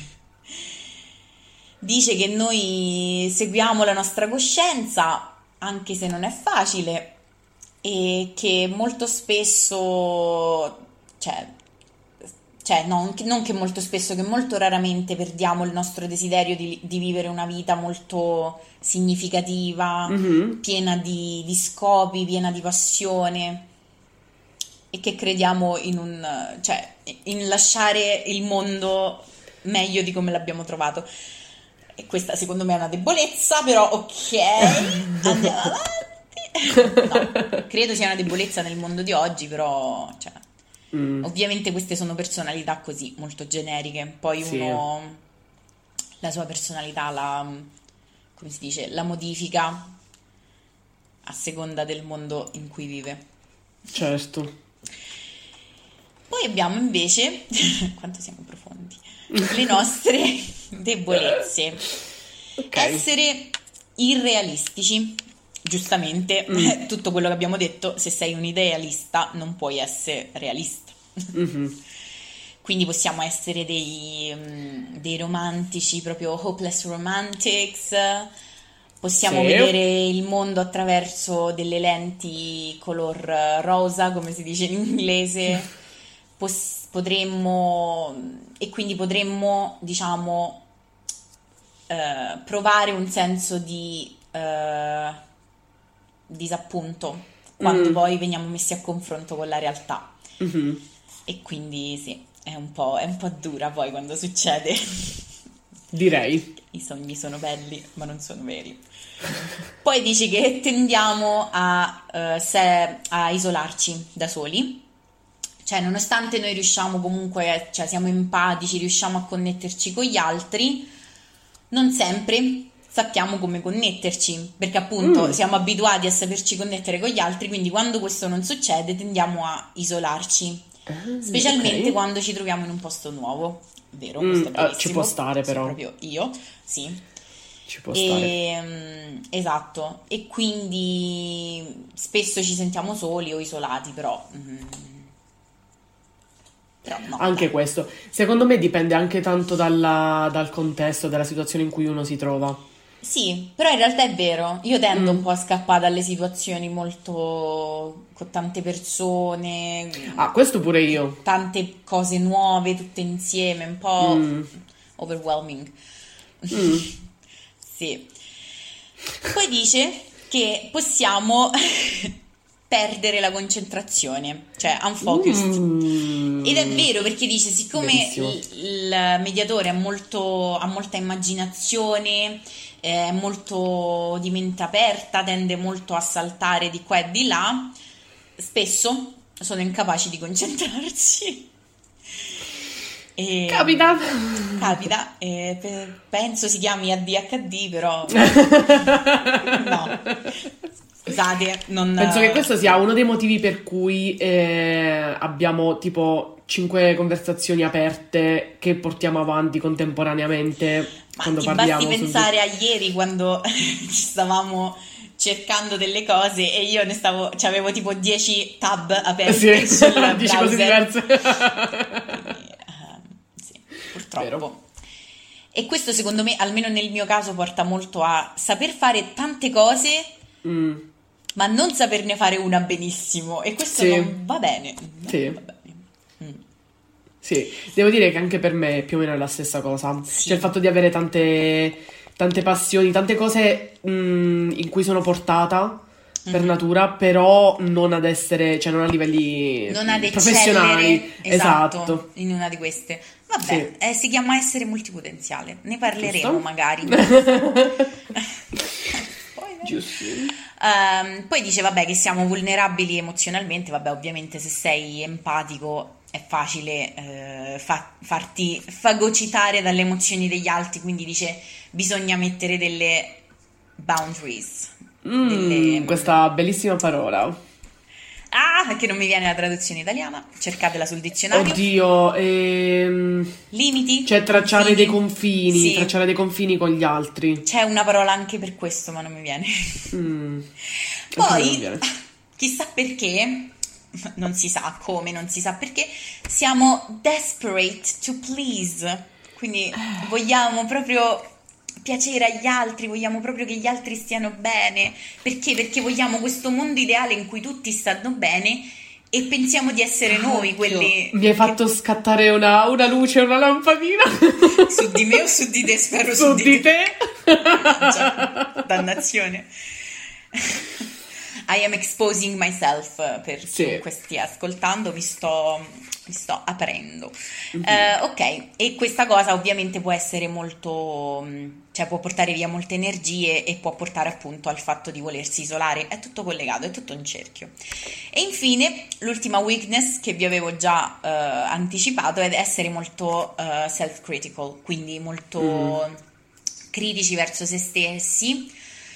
dice che noi seguiamo la nostra coscienza, anche se non è facile, e che molto spesso, cioè no, non che molto spesso, che molto raramente perdiamo il nostro desiderio di vivere una vita molto significativa, Mhm. piena di scopi, piena di passione e che crediamo cioè, in lasciare il mondo meglio di come l'abbiamo trovato. E questa secondo me è una debolezza, però ok, andiamo avanti. No, credo sia una debolezza nel mondo di oggi, però, cioè, Mm, ovviamente queste sono personalità così, molto generiche. Poi sì, uno la sua personalità come si dice, la modifica a seconda del mondo in cui vive. certo. Poi abbiamo invece, quanto siamo profondi, le nostre debolezze. Ok. Essere irrealistici. Giustamente, Mm, tutto quello che abbiamo detto, se sei un idealista non puoi essere realista. mhm. Quindi possiamo essere dei romantici, proprio hopeless romantics, possiamo Sì. vedere il mondo attraverso delle lenti color rosa, come si dice in inglese, e quindi potremmo, diciamo, provare un senso di disappunto quando Mm, poi veniamo messi a confronto con la realtà. mhm. E quindi sì, è un po' dura poi quando succede. Direi. I sogni sono belli, ma non sono veri. Poi dici che tendiamo a isolarci da soli, cioè nonostante noi riusciamo comunque, cioè siamo empatici, riusciamo a connetterci con gli altri, non sempre sappiamo come connetterci, perché appunto Mm, siamo abituati a saperci connettere con gli altri, quindi quando questo non succede tendiamo a isolarci, ok. specialmente quando ci troviamo in un posto nuovo. Vero, questo è Ci può verissimo, stare sono però. proprio io, sì. Ci può stare. Esatto, e quindi spesso ci sentiamo soli o isolati, però no, Anche dai. questo. Secondo me dipende anche tanto dal contesto, dalla situazione in cui uno si trova. Sì, però in realtà è vero, io tendo un Mm. po' a scappare dalle situazioni molto con tante persone, Ah, questo pure io. tante cose nuove tutte insieme, un po' Mm. overwhelming. Mm. Sì. Poi dice che possiamo perdere la concentrazione, cioè unfocused. Ed è Mm. vero perché dice, siccome Verissimo. il mediatore ha molta immaginazione, è molto di mente aperta, tende molto a saltare di qua e di là, spesso sono incapaci di concentrarsi. E, Capita. capita, penso si chiami ADHD, però no, scusate, non... Penso che questo sia uno dei motivi per cui abbiamo tipo 5 conversazioni aperte che portiamo avanti contemporaneamente Ma quando ti basti parliamo su... pensare a ieri quando ci stavamo cercando delle cose e io cioè avevo tipo 10 tab aperti Sì, sul 10 cose browser. diverse. Quindi, sì, Vero. purtroppo. E questo secondo me, almeno nel mio caso, porta molto a saper fare tante cose, Mm, ma non saperne fare una benissimo. E questo sì, non va bene. Non va sì. bene. Mm. Sì, devo dire che anche per me più o meno è la stessa cosa. Cioè il Sì. fatto di avere tante passioni, tante cose in cui sono portata per Mhm. natura, però non ad essere, cioè non a livelli Non ad professionali. eccellere, esatto, Esatto. in una di queste. Sì. Vabbè, si chiama essere multipotenziale, ne parleremo Giusto? magari. Spoiler. Giusto. Poi dice, vabbè, che siamo vulnerabili emozionalmente, vabbè, ovviamente se sei empatico è facile farti fagocitare dalle emozioni degli altri, quindi dice, bisogna mettere delle boundaries, Questa bellissima parola. che non mi viene la traduzione italiana, cercatela sul dizionario. Oddio, Limiti? cioè Confini? Sì, tracciare dei confini con gli altri. c'è una parola anche per questo, ma non mi viene. Mm, anche a me non Poi, viene. chissà perché, non si sa come, non si sa perché, siamo desperate to please. Quindi vogliamo proprio piacere agli altri, vogliamo proprio che gli altri stiano bene. Perché? Perché vogliamo questo mondo ideale in cui tutti stanno bene e pensiamo di essere noi quelli... Mi hai fatto scattare una luce, una lampadina. Su di me o su di te? Spero su di te. Dannazione. I am exposing myself per chiunque stia ascoltando, mi sto aprendo. Ok, e questa cosa ovviamente può essere molto, cioè può portare via molte energie e può portare appunto al fatto di volersi isolare, è tutto collegato, è tutto un cerchio. E infine l'ultima weakness che vi avevo già anticipato è essere molto self-critical, quindi molto critici verso se stessi.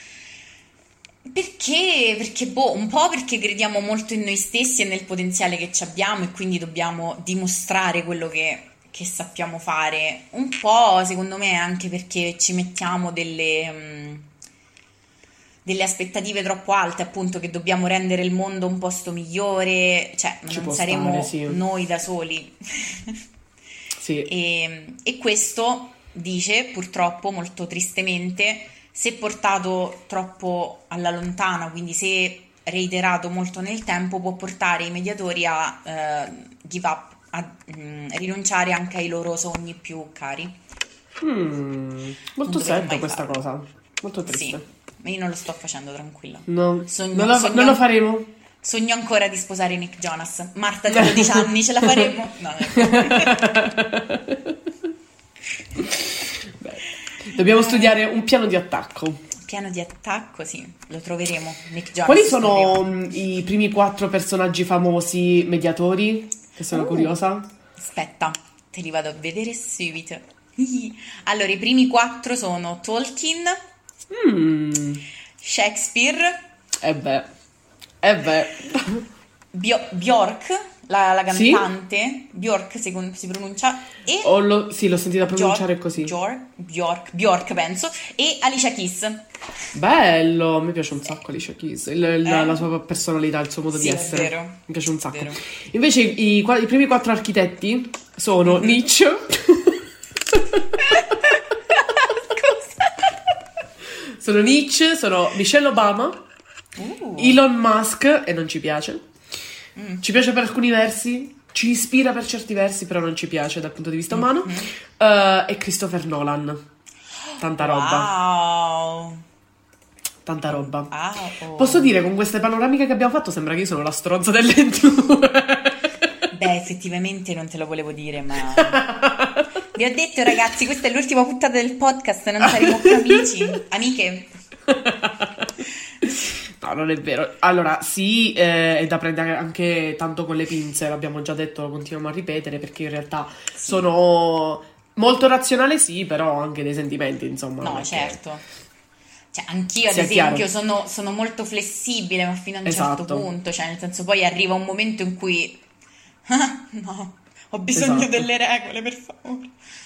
Perché? Perché un po' perché crediamo molto in noi stessi e nel potenziale che ci abbiamo e quindi dobbiamo dimostrare quello che sappiamo fare. Un po' secondo me anche perché ci mettiamo delle aspettative troppo alte, appunto, che dobbiamo rendere il mondo un posto migliore, cioè non saremo noi da soli. Sì. E questo dice purtroppo molto tristemente, se portato troppo alla lontana, quindi se reiterato molto nel tempo, può portare i mediatori a give up, a rinunciare anche ai loro sogni più cari. Molto sad questa cosa, molto triste. Sì, ma io non lo sto facendo, tranquilla. No, non lo faremo. Sogno ancora di sposare Nick Jonas. Marta di 12 anni, ce la faremo? No, dobbiamo studiare un piano di attacco. Piano di attacco, sì, lo troveremo. Nick Jonas. Quali sono i primi 4 personaggi famosi mediatori? Che sono curiosa. Aspetta, te li vado a vedere subito. Allora, i primi 4 sono Tolkien, Shakespeare, Bjork, la cantante, sì? Bjork si pronuncia, e sì, l'ho sentita pronunciare così. Bjork penso, e Alicia Keys. Bello, mi piace un sacco Alicia Keys, la sua personalità, il suo modo di essere. Vero, mi piace un sacco. Vero. Invece i primi 4 architetti sono Nietzsche. Sono Nietzsche, sono Michelle Obama, Elon Musk, e non ci piace. Ci piace per alcuni versi, ci ispira per certi versi, però non ci piace dal punto di vista umano. E Christopher Nolan. Tanta roba. Wow. Tanta roba. Wow. Posso dire, con queste panoramiche che abbiamo fatto sembra che io sono la stronza delle due. Beh, effettivamente non te lo volevo dire, ma vi ho detto, ragazzi, questa è l'ultima puntata del podcast, non saremo più amici, amiche. No, non è vero. Allora, sì, è da prendere anche tanto con le pinze, l'abbiamo già detto, lo continuiamo a ripetere, perché in realtà sono molto razionale, sì, però ho anche dei sentimenti, insomma. No, certo. Cioè, anch'io, ad esempio, sono molto flessibile, ma fino a un certo punto, cioè, nel senso, poi arriva un momento in cui no, ho bisogno delle regole, per favore.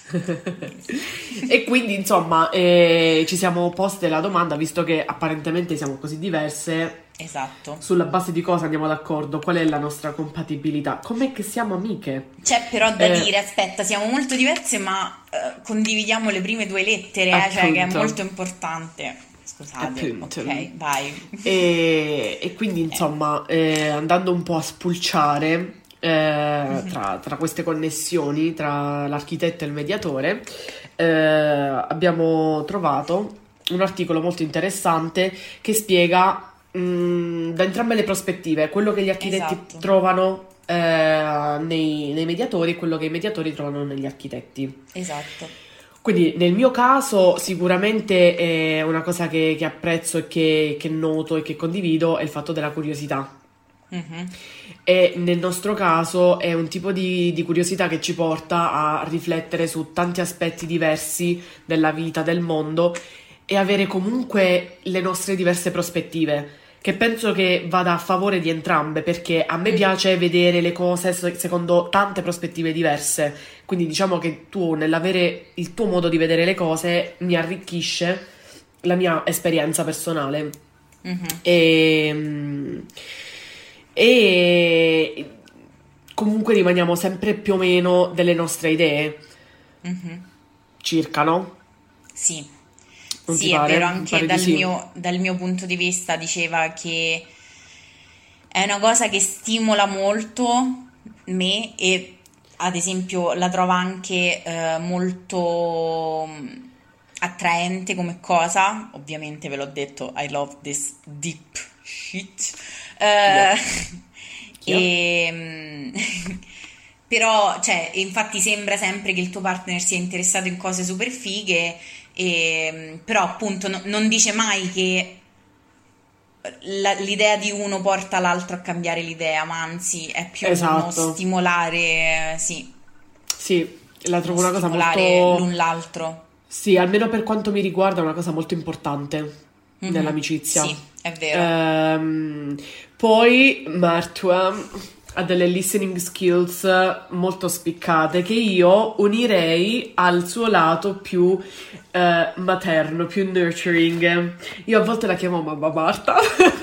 E quindi insomma ci siamo poste la domanda, visto che apparentemente siamo così diverse, esatto, sulla base di cosa andiamo d'accordo, qual è la nostra compatibilità, com'è che siamo amiche. C'è però da dire, aspetta, siamo molto diverse, ma condividiamo le prime 2 lettere, cioè, che è molto importante. Scusate, appunto. Ok, vai. E quindi insomma andando un po' a spulciare tra queste connessioni tra l'architetto e il mediatore, abbiamo trovato un articolo molto interessante che spiega da entrambe le prospettive quello che gli architetti trovano nei mediatori e quello che i mediatori trovano negli architetti. Esatto. Quindi nel mio caso sicuramente è una cosa che apprezzo e che noto e che condivido è il fatto della curiosità. E nel nostro caso è un tipo di curiosità che ci porta a riflettere su tanti aspetti diversi della vita, del mondo, e avere comunque le nostre diverse prospettive, che penso che vada a favore di entrambe, perché a me piace vedere le cose secondo tante prospettive diverse, quindi diciamo che tu, nell'avere il tuo modo di vedere le cose, mi arricchisce la mia esperienza personale. E comunque rimaniamo sempre più o meno delle nostre idee, circa, no? Sì, Non ti Sì, è pare? vero, Mi anche pare di sì. dal mio punto di vista diceva che è una cosa che stimola molto me e ad esempio la trovo anche molto attraente come cosa. Ovviamente ve l'ho detto, I love this deep shit. Eh, Yep. Yep. e, però, cioè, infatti sembra sempre che il tuo partner sia interessato in cose super fighe, però appunto non dice mai che l'idea di uno porta l'altro a cambiare l'idea, ma anzi è più uno Esatto. stimolare, sì, Sì, la uno trovo una cosa stimolare molto... l'un l'altro. Sì, almeno per quanto mi riguarda è una cosa molto importante Mhm, nell'amicizia. sì, è vero. Ehm, Poi Martua ha delle listening skills molto spiccate che io unirei al suo lato più materno, più nurturing. Io a volte la chiamo mamma Marta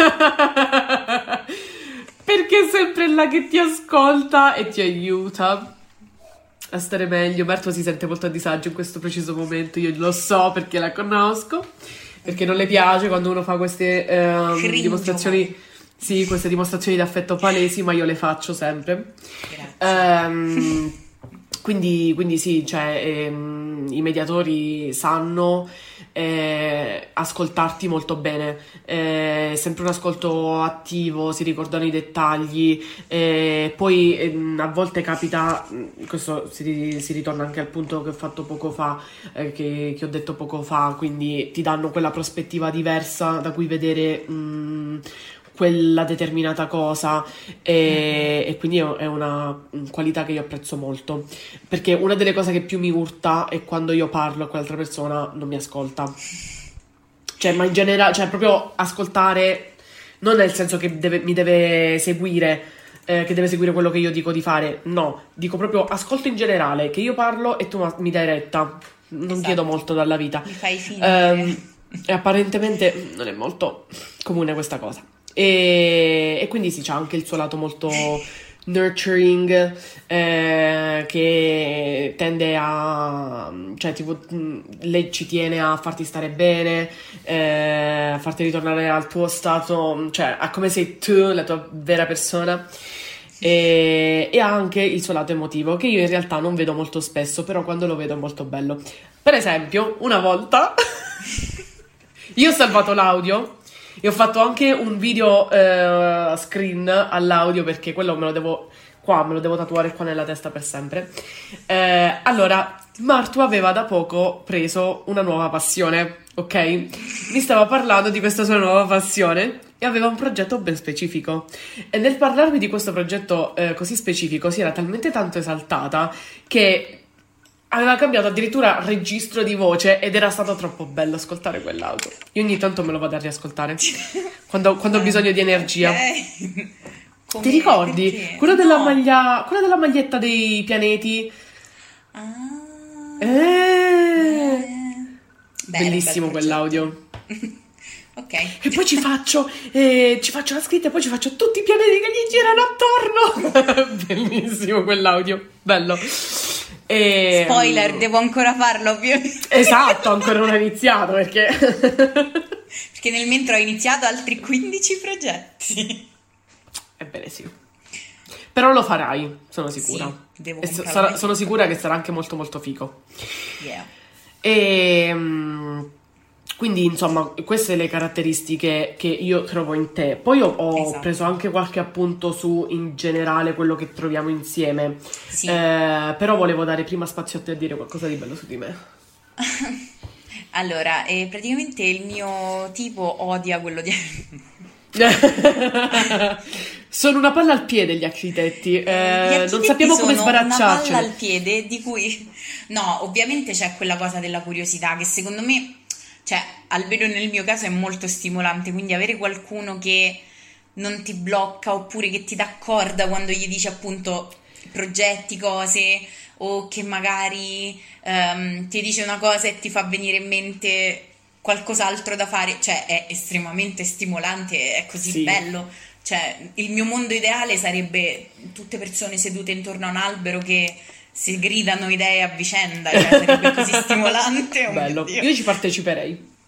perché è sempre là che ti ascolta e ti aiuta a stare meglio. Marta si sente molto a disagio in questo preciso momento, io lo so perché la conosco, perché non le piace quando uno fa queste Cringe, dimostrazioni, sì, queste dimostrazioni di affetto palesi, ma io le faccio sempre. grazie. Ehm, quindi sì, cioè, i mediatori sanno ascoltarti molto bene, sempre un ascolto attivo, si ricordano i dettagli, poi a volte capita, questo si ritorna anche al punto che ho fatto poco fa, che ho detto poco fa, quindi ti danno quella prospettiva diversa da cui vedere quella determinata cosa e quindi è una qualità che io apprezzo molto, perché una delle cose che più mi urta è quando io parlo e quell'altra persona non mi ascolta. Cioè, ma in generale, cioè proprio ascoltare, non nel senso che mi deve seguire, che deve seguire quello che io dico di fare, no, dico proprio ascolto in generale, che io parlo e tu mi dai retta, non chiedo Esatto, molto dalla vita. mi fai finire. E apparentemente non è molto comune questa cosa. E quindi sì, c'ha anche il suo lato molto nurturing, che tende a, cioè tipo, lei ci tiene a farti stare bene, a farti ritornare al tuo stato, cioè a come sei tu, la tua vera persona. E ha anche il suo lato emotivo, che io in realtà non vedo molto spesso, però quando lo vedo è molto bello. Per esempio, una volta io ho salvato l'audio e ho fatto anche un video screen all'audio perché quello me lo devo tatuare qua nella testa per sempre. Allora, Martu aveva da poco preso una nuova passione, ok? Mi stava parlando di questa sua nuova passione e aveva un progetto ben specifico. E nel parlarmi di questo progetto così specifico si era talmente tanto esaltata che aveva cambiato addirittura registro di voce ed era stato troppo bello ascoltare quell'audio. Io ogni tanto me lo vado a riascoltare quando ho bisogno di energia. Ok. Ti ricordi? Perché? Quello della No. quella della maglietta dei pianeti? Ah, Eh, bene, Bellissimo bel progetto. quell'audio. Ok. E poi ci faccio la scritta e poi ci faccio tutti i pianeti che gli girano attorno. Bellissimo quell'audio. Bello. E, Spoiler, devo ancora farlo, ovviamente. esatto, ancora non ho iniziato perché... Perché nel mentre ho iniziato altri 15 progetti. Ebbene sì. Però lo farai, sono Sì, sicura. devo E comprare. sono sicura che sarà anche molto molto figo. Yeah. E quindi, insomma, queste le caratteristiche che io trovo in te. Poi ho Esatto. preso anche qualche appunto su in generale quello che troviamo insieme. Sì. Però volevo dare prima spazio a te a dire qualcosa di bello su di me. Allora, praticamente il mio tipo odia quello di... Sono una palla al piede gli architetti. Gli architetti Non sappiamo come sono una palla sbaracciarcene. al piede di cui... No, ovviamente c'è quella cosa della curiosità che secondo me, cioè, almeno nel mio caso è molto stimolante, quindi avere qualcuno che non ti blocca oppure che ti dà corda quando gli dici appunto progetti, cose o che magari ti dice una cosa e ti fa venire in mente qualcos'altro da fare, cioè è estremamente stimolante, è così Sì. bello. Cioè, il mio mondo ideale sarebbe tutte persone sedute intorno a un albero che si gridano idee a vicenda, cioè sarebbe così stimolante, oh mio Bello, Dio. io ci parteciperei.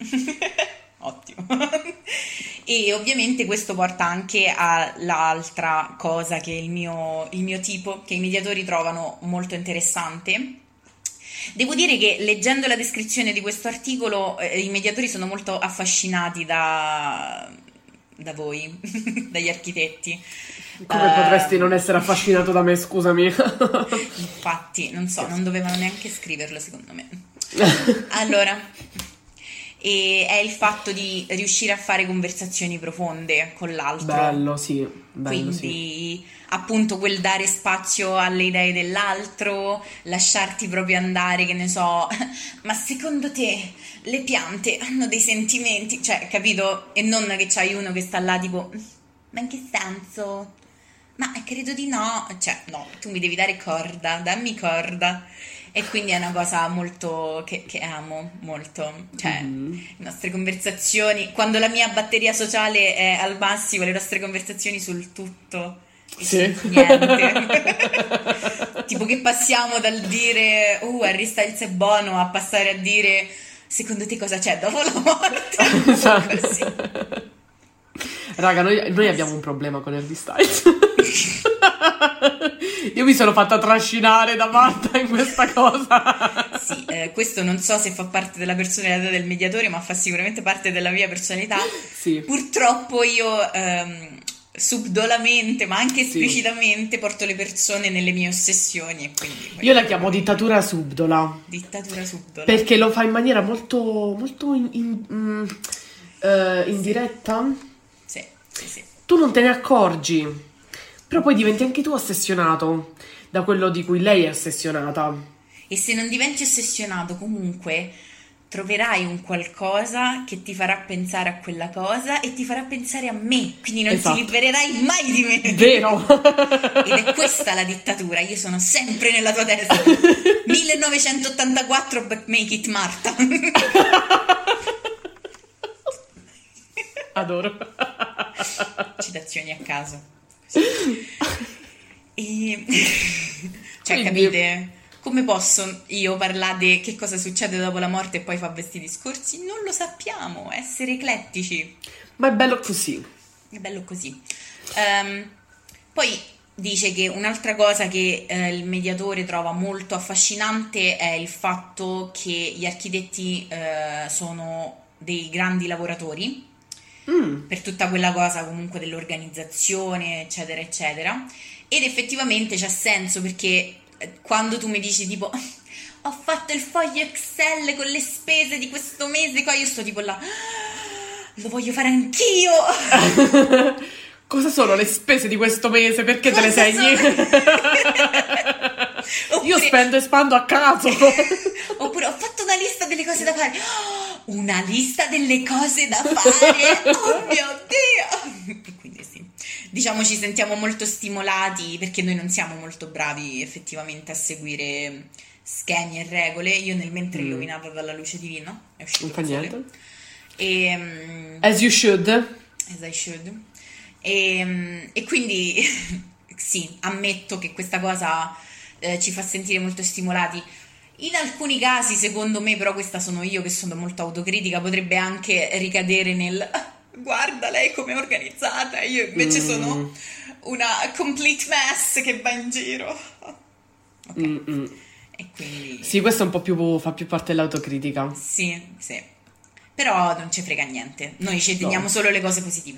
Ottimo. E ovviamente questo porta anche all'altra cosa che il mio tipo, che i mediatori trovano molto interessante. Devo dire che leggendo la descrizione di questo articolo, i mediatori sono molto affascinati da voi, dagli architetti. Come potresti non essere affascinato da me, scusami? Infatti, non so, non dovevano neanche scriverlo secondo me. Allora, e è il fatto di riuscire a fare conversazioni profonde con l'altro. Bello, sì. Bello, Quindi, sì. appunto, quel dare spazio alle idee dell'altro, lasciarti proprio andare, che ne so, ma secondo te le piante hanno dei sentimenti? Cioè, capito? E non che c'hai uno che sta là tipo, ma in che senso? Ma credo di no. Cioè, no, tu mi devi dare corda, dammi corda. E quindi è una cosa molto che amo molto, cioè le nostre conversazioni, quando la mia batteria sociale è al massimo, le nostre conversazioni sul tutto e Sì. sul niente. Tipo che passiamo dal dire Harry Styles è buono a passare a dire secondo te cosa c'è dopo la morte? Esatto. Così. Raga, noi abbiamo un problema con Harry Styles. Io mi sono fatta trascinare da Marta in questa cosa. Sì, questo non so se fa parte della personalità del mediatore, ma fa sicuramente parte della mia personalità. Sì. Purtroppo io subdolamente, ma anche Sì. esplicitamente, porto le persone nelle mie ossessioni. E quindi Io la chiamo dittatura subdola. dittatura subdola. Perché lo fa in maniera molto, molto indiretta. Sì, sì, sì. Tu non te ne accorgi. Però poi diventi anche tu ossessionato da quello di cui lei è ossessionata. E se non diventi ossessionato, comunque troverai un qualcosa che ti farà pensare a quella cosa e ti farà pensare a me. Quindi non Esatto. ti libererai mai di me. Vero? Ed è questa la dittatura, io sono sempre nella tua testa. 1984, but make it Marta. Adoro. Citazioni a caso. E... cioè, Quindi- capite? Come posso io parlare di che cosa succede dopo la morte e poi fa questi discorsi? Non lo sappiamo, essere eclettici. Ma è bello così. È bello così. Poi dice che un'altra cosa che il mediatore trova molto affascinante è il fatto che gli architetti sono dei grandi lavoratori per tutta quella cosa comunque dell'organizzazione, eccetera, eccetera. Ed effettivamente c'ha senso perché quando tu mi dici tipo ho fatto il foglio Excel con le spese di questo mese, qua io sto tipo là, lo voglio fare anch'io. Cosa sono le spese di questo mese? Perché te le Cosa segni? Io Oppure- spendo e spando a caso. Oppure ho fatto una lista delle cose da fare. Una lista delle cose da fare. Oh mio Dio. E quindi sì. Diciamo ci sentiamo molto stimolati perché noi non siamo molto bravi effettivamente a seguire schemi e regole. Io nel mentre illuminata dalla luce divina è uscito Non fa il sole. niente. E As you should. as I should. E quindi sì, ammetto che questa cosa ci fa sentire molto stimolati. In alcuni casi, secondo me, però questa sono io che sono molto autocritica, potrebbe anche ricadere nel guarda lei come è organizzata, io invece sono una complete mess che va in giro. Ok. E quindi Sì, questo è un po' più, fa più parte dell'autocritica. sì, sì. Però non ci frega niente, noi ci teniamo solo le cose positive.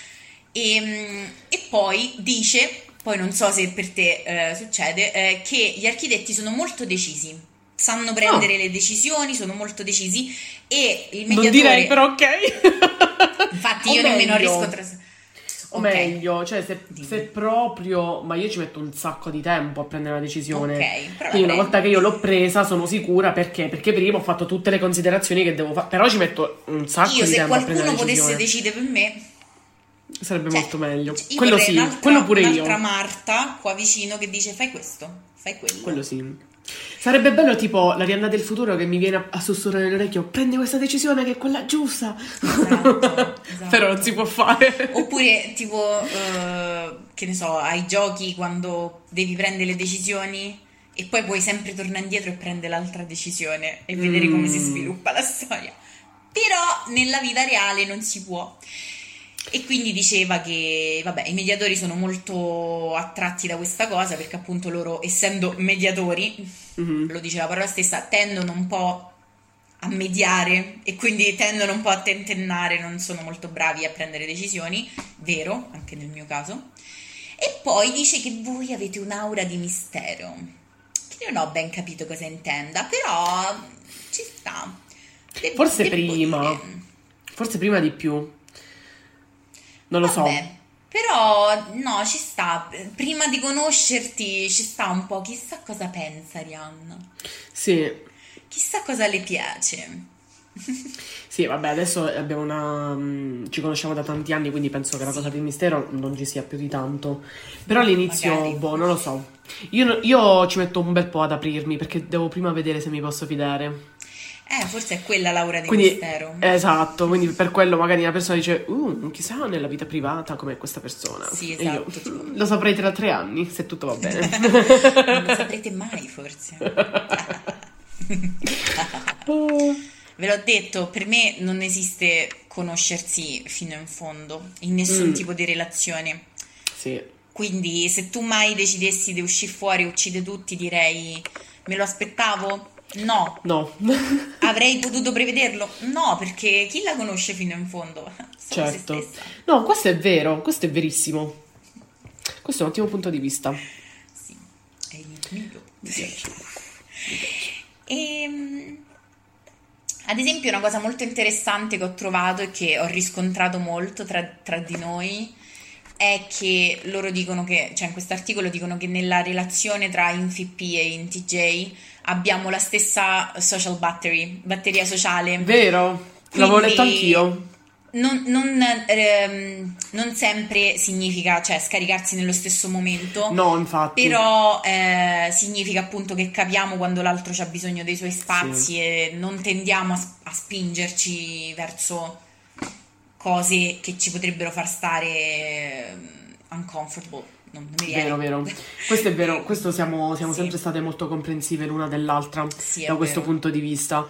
E poi dice, poi non so se per te succede, che gli architetti sono molto decisi, sanno prendere le decisioni, sono molto decisi e il mediatore... Non direi però ok. Infatti O io nemmeno meglio. riesco a... O Ok. meglio, cioè se Dimmi. proprio... Ma io ci metto un sacco di tempo a prendere una decisione. Ok, però Quindi la una volta che io l'ho presa sono sicura perché prima ho fatto tutte le considerazioni che devo fare. Però ci metto un sacco Io di se tempo a prendere qualcuno una potesse decisione. decidere per me... Sarebbe Cioè, molto meglio. io Quello vorrei sì, quello pure io. un'altra Marta qua vicino che dice fai questo, fai quello. Quello sì. Sarebbe bello tipo l'Arianna del futuro che mi viene a sussurrare nell'orecchio: prendi questa decisione che è quella giusta. Esatto. Però non si può fare. Oppure tipo, che ne so, ai giochi quando devi prendere le decisioni e poi puoi sempre tornare indietro e prendere l'altra decisione e vedere come si sviluppa la storia. però nella vita reale non si può. E quindi diceva che, vabbè, i mediatori sono molto attratti da questa cosa perché appunto loro, essendo mediatori, lo dice la parola stessa, tendono un po' a mediare e quindi tendono un po' a tentennare, non sono molto bravi a prendere decisioni, vero, anche nel mio caso. E poi dice che voi avete un'aura di mistero, che io non ho ben capito cosa intenda, però ci sta. Forse Devo prima, dire. forse prima di più, non lo so. Vabbè, però no, ci sta. Prima di conoscerti ci sta un po'. Chissà cosa pensa Rihanna. Sì, Chissà cosa le piace. sì, vabbè, adesso abbiamo ci conosciamo da tanti anni, quindi penso che la cosa del mistero non ci sia più di tanto. Però all'inizio, Magari. boh, non lo so. Io ci metto un bel po' ad aprirmi perché devo prima vedere se mi posso fidare. Forse è quella l'aura di Quindi, mistero. esatto, quindi per quello magari una persona dice, chissà nella vita privata com'è questa persona. Sì, E io, esatto. Tipo, lo saprei tra 3 anni, se tutto va bene. non lo saprete mai, forse. Ve l'ho detto, per me non esiste conoscersi fino in fondo, in nessun tipo di relazione. Sì. Quindi se tu mai decidessi di uscire fuori e uccide tutti, direi, me lo aspettavo? No. No. Avrei potuto prevederlo? No, perché chi la conosce fino in fondo? Solo se Certo. stessa. No, questo è vero, questo è verissimo. Questo è un ottimo punto di vista. Sì, è il mio. Mi piace. Ad esempio, una cosa molto interessante che ho trovato e che ho riscontrato molto tra di noi è che loro dicono che, cioè in questo articolo dicono che nella relazione tra INFP e INTJ abbiamo la stessa social batteria sociale. Vero? L'avevo letto Quindi anch'io. non sempre significa, cioè, scaricarsi nello stesso momento, No, infatti. però significa appunto che capiamo quando l'altro ha bisogno dei suoi spazi Sì. e non tendiamo a spingerci verso cose che ci potrebbero far stare uncomfortable. Non mi viene. Vero, vero. Questo è vero. Questo siamo Sì. sempre state molto comprensive l'una dell'altra Sì, è da questo vero. punto di vista.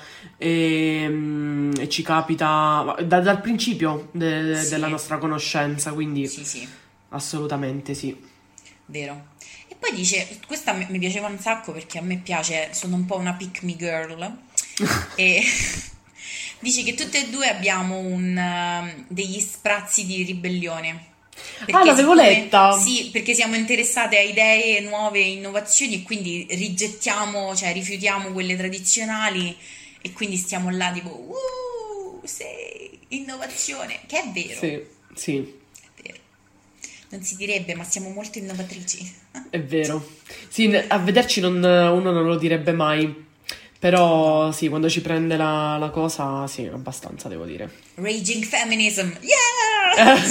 E ci capita dal principio Sì. della nostra conoscenza, quindi Sì, sì, assolutamente sì. vero. E poi dice, questa mi piaceva un sacco perché a me piace, sono un po' una pick me girl, e dice che tutte e due abbiamo degli sprazzi di ribellione. Ah, l'avevo letta. Sì, perché siamo interessate a idee nuove, innovazioni e quindi rigettiamo, cioè rifiutiamo quelle tradizionali e quindi stiamo là tipo, sì, innovazione, che è vero, Sì, sì, è vero. Non si direbbe, ma siamo molto innovatrici. è vero. Sì, a vederci uno non lo direbbe mai. Però sì, quando ci prende la cosa, sì, abbastanza, devo dire. Raging feminism, yeah!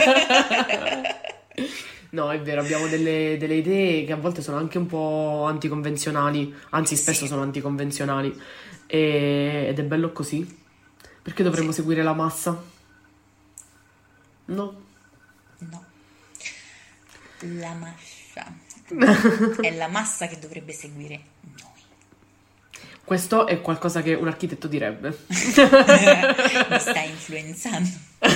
No, è vero, abbiamo delle idee che a volte sono anche un po' anticonvenzionali, anzi spesso Sì. sono anticonvenzionali, ed è bello così. Perché dovremmo Sì. seguire la massa? No. No, la massa. È la massa che dovrebbe seguire noi. Questo è qualcosa che un architetto direbbe. Mi sta influenzando.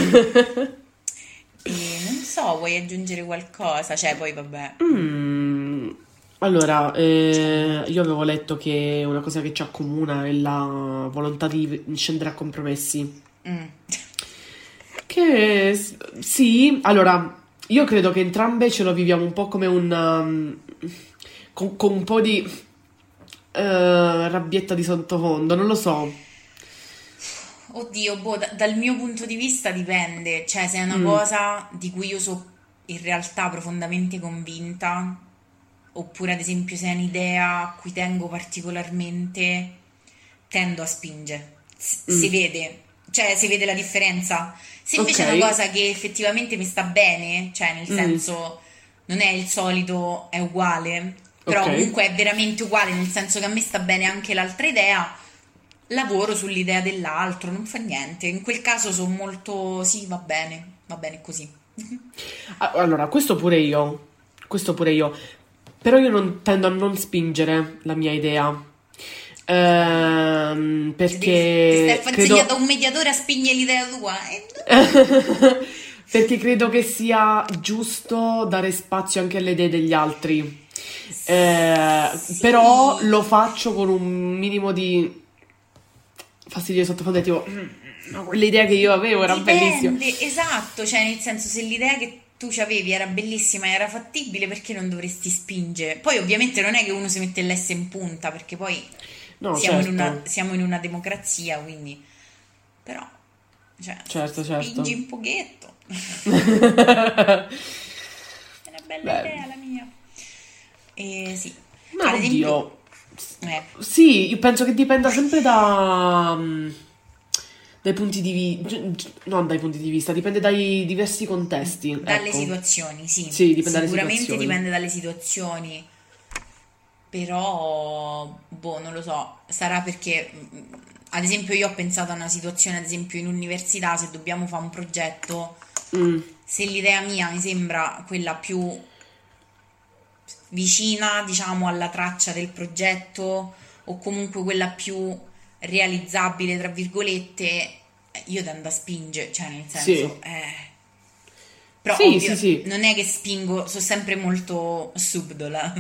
E non so, vuoi aggiungere qualcosa? Cioè, poi vabbè. Allora, io avevo letto che una cosa che ci accomuna è la volontà di scendere a compromessi. Mm. Che sì, allora, io credo che entrambe ce lo viviamo un po' come con un po' di rabbietta di sottofondo, non lo so. Oddio, boh, dal mio punto di vista dipende. Cioè, se è una cosa di cui io sono in realtà profondamente convinta, oppure ad esempio se è un'idea a cui tengo particolarmente, tendo a spingere. Si vede, cioè si vede la differenza. Se invece Ok. è una cosa che effettivamente mi sta bene, cioè nel senso non è il solito, è uguale, però Ok. comunque è veramente uguale, nel senso che a me sta bene anche l'altra idea, lavoro sull'idea dell'altro, non fa niente. In quel caso sono molto, sì, va bene così. Allora, questo pure io, però io non tendo a non spingere la mia idea. Ti stai credo... insegnando un mediatore a spignere l'idea tua. Perché credo che sia giusto dare spazio anche alle idee degli altri. Sì. Però lo faccio con un minimo di fastidio sottofondo, tipo ma quell'idea che io avevo era bellissima. Esatto, cioè nel senso, se l'idea che tu avevi era bellissima e era fattibile, perché non dovresti spingere? Poi ovviamente non è che uno si mette l'S in punta, perché poi No, siamo in una democrazia, quindi però cioè, certo. spingi un pochetto. È una bella idea la mia. Sì. Ma Ad esempio, sì, io penso che dipenda sempre dai punti di vista, non dai punti di vista, dipende dai diversi contesti. dalle ecco. situazioni, sì. Sì, dipende dalle Sicuramente situazioni. dipende dalle situazioni, però non lo so, sarà perché ad esempio io ho pensato a una situazione, ad esempio in università, se dobbiamo fare un progetto, se l'idea mia mi sembra quella più vicina, diciamo, alla traccia del progetto, o comunque quella più realizzabile, tra virgolette, io tendo a spingere, cioè nel senso, però Sì, ovvio, sì. non è che spingo, sono sempre molto subdola.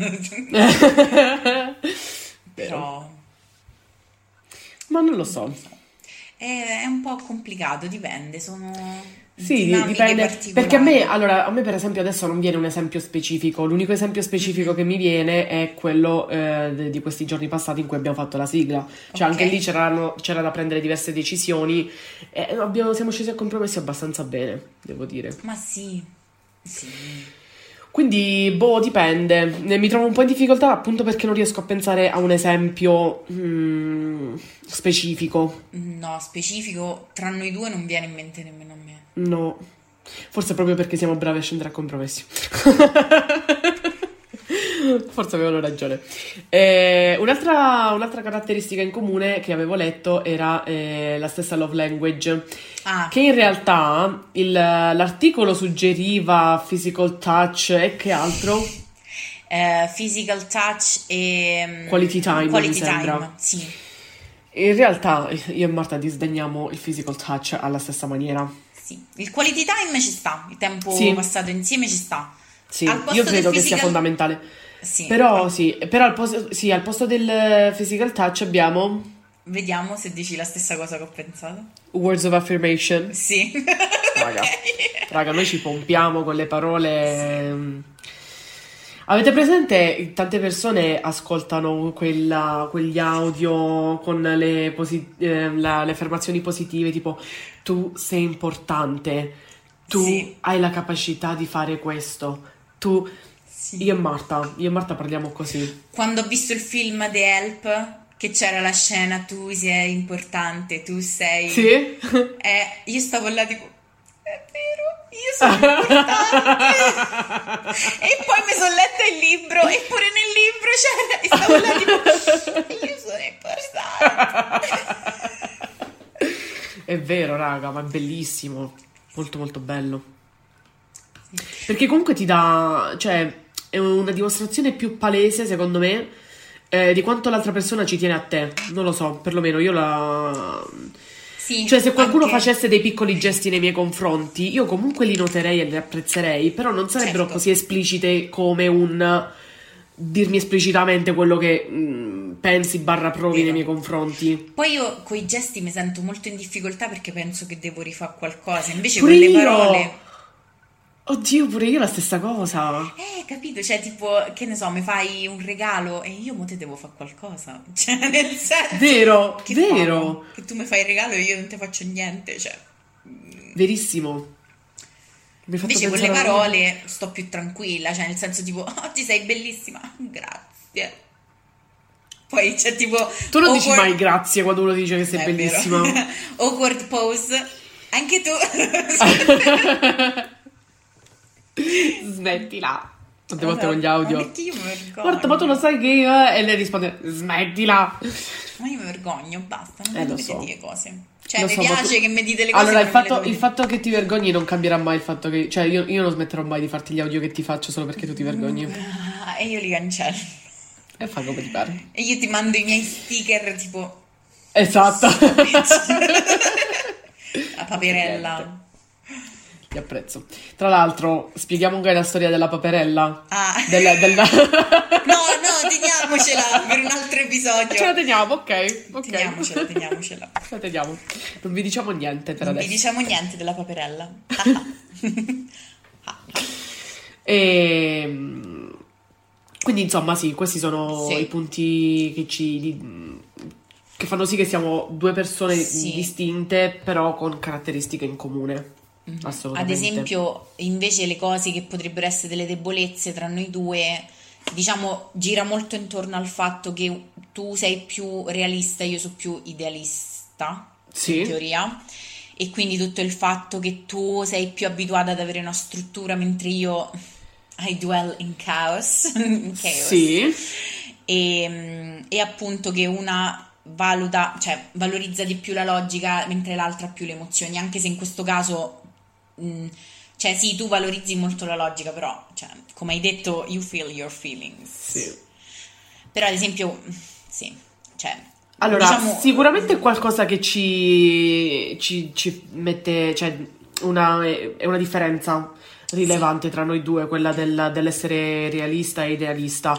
Però Ma non lo so. è un po' complicato, dipende, sono Sì, dinamiche dipende. particolari. Perché a me per esempio adesso non viene un esempio specifico. L'unico esempio specifico che mi viene è quello di questi giorni passati in cui abbiamo fatto la sigla. Cioè anche lì c'era da prendere diverse decisioni e siamo scesi a compromessi abbastanza bene, devo dire. Ma sì. Quindi, dipende. Mi trovo un po' in difficoltà appunto perché non riesco a pensare a un esempio specifico. No, specifico, tra noi due non viene in mente nemmeno a me. No, forse proprio perché siamo bravi a scendere a compromessi. Forse avevano ragione. Un'altra caratteristica in comune che avevo letto era la stessa love language, che in realtà l'articolo suggeriva physical touch e che altro? Physical touch e Quality time, quality mi sembra. time, sì. In realtà io e Marta disdegniamo il physical touch alla stessa maniera. Sì, il quality time ci sta, il tempo passato insieme ci sta. Sì, io credo che sia fondamentale. Sì. Però al posto del physical touch abbiamo... Vediamo se dici la stessa cosa che ho pensato. Words of affirmation. Sì. Raga, noi ci pompiamo con le parole. Sì. Avete presente? Tante persone ascoltano quegli audio con le affermazioni positive, tipo tu sei importante, tu hai la capacità di fare questo, tu... Sì. Io e Marta parliamo così. Quando ho visto il film The Help, che c'era la scena tu sei importante, tu sei... Sì? Io stavo là tipo, è vero, io sono importante. E poi mi sono letta il libro e pure nel libro c'era, e stavo là tipo, io sono importante. È vero, raga, ma è bellissimo, molto molto bello. Perché comunque ti dà, cioè, è una dimostrazione più palese, secondo me, di quanto l'altra persona ci tiene a te. Non lo so, perlomeno io la... Sì, cioè, se qualcuno facesse dei piccoli gesti nei miei confronti, io comunque li noterei e li apprezzerei, però non sarebbero così esplicite come un dirmi esplicitamente quello che pensi / provi nei miei confronti. Poi io con i gesti mi sento molto in difficoltà perché penso che devo rifare qualcosa, invece pure con le io. parole... Oddio, pure io la stessa cosa. Capito? Cioè, tipo, che ne so, mi fai un regalo e io mo te devo fare qualcosa. Cioè, nel senso... Vero, che vero. Che tu mi fai il regalo e io non ti faccio niente, cioè... Verissimo. Invece con le parole sto più tranquilla, cioè nel senso tipo, oggi sei bellissima, grazie. Poi c'è tipo... Tu non dici mai grazie quando uno dice che sei bellissima. Awkward pose. Anche tu. Smettila. Tante volte con gli audio. Ma perché io mi vergogno? Guarda, ma tu lo sai che io... E lei risponde, smettila. Ma io mi vergogno, basta, non mi dovete dire cose. Cioè, Lo mi so, piace che mi dite le cose. Allora, il il fatto che ti vergogni non cambierà mai il fatto che... Cioè, io non smetterò mai di farti gli audio che ti faccio solo perché tu ti vergogni. E io li cancello. E fa come ti pare. E io ti mando i miei sticker tipo... Esatto. La paperella. Ti apprezzo. Tra l'altro, spieghiamo anche la storia della paperella. Ah. No, teniamocela per un altro episodio. Ce la teniamo, ok. Teniamocela. La teniamo. Non vi diciamo niente per Non adesso. vi diciamo niente della paperella. Quindi insomma sì, questi sono i punti che fanno sì che siamo due persone distinte, però con caratteristiche in comune. Assolutamente. Ad esempio, invece le cose che potrebbero essere delle debolezze tra noi due, diciamo, gira molto intorno al fatto che tu sei più realista, io sono più idealista, in teoria, e quindi tutto il fatto che tu sei più abituata ad avere una struttura mentre io I dwell in chaos. Sì. E appunto che una valorizza di più la logica mentre l'altra più le emozioni, anche se in questo caso cioè sì, tu valorizzi molto la logica, però cioè, come hai detto, you feel your feelings. Sì. Però ad esempio sì, cioè allora diciamo, sicuramente è qualcosa che ci mette, cioè è una differenza rilevante tra noi due, quella dell'essere realista e idealista.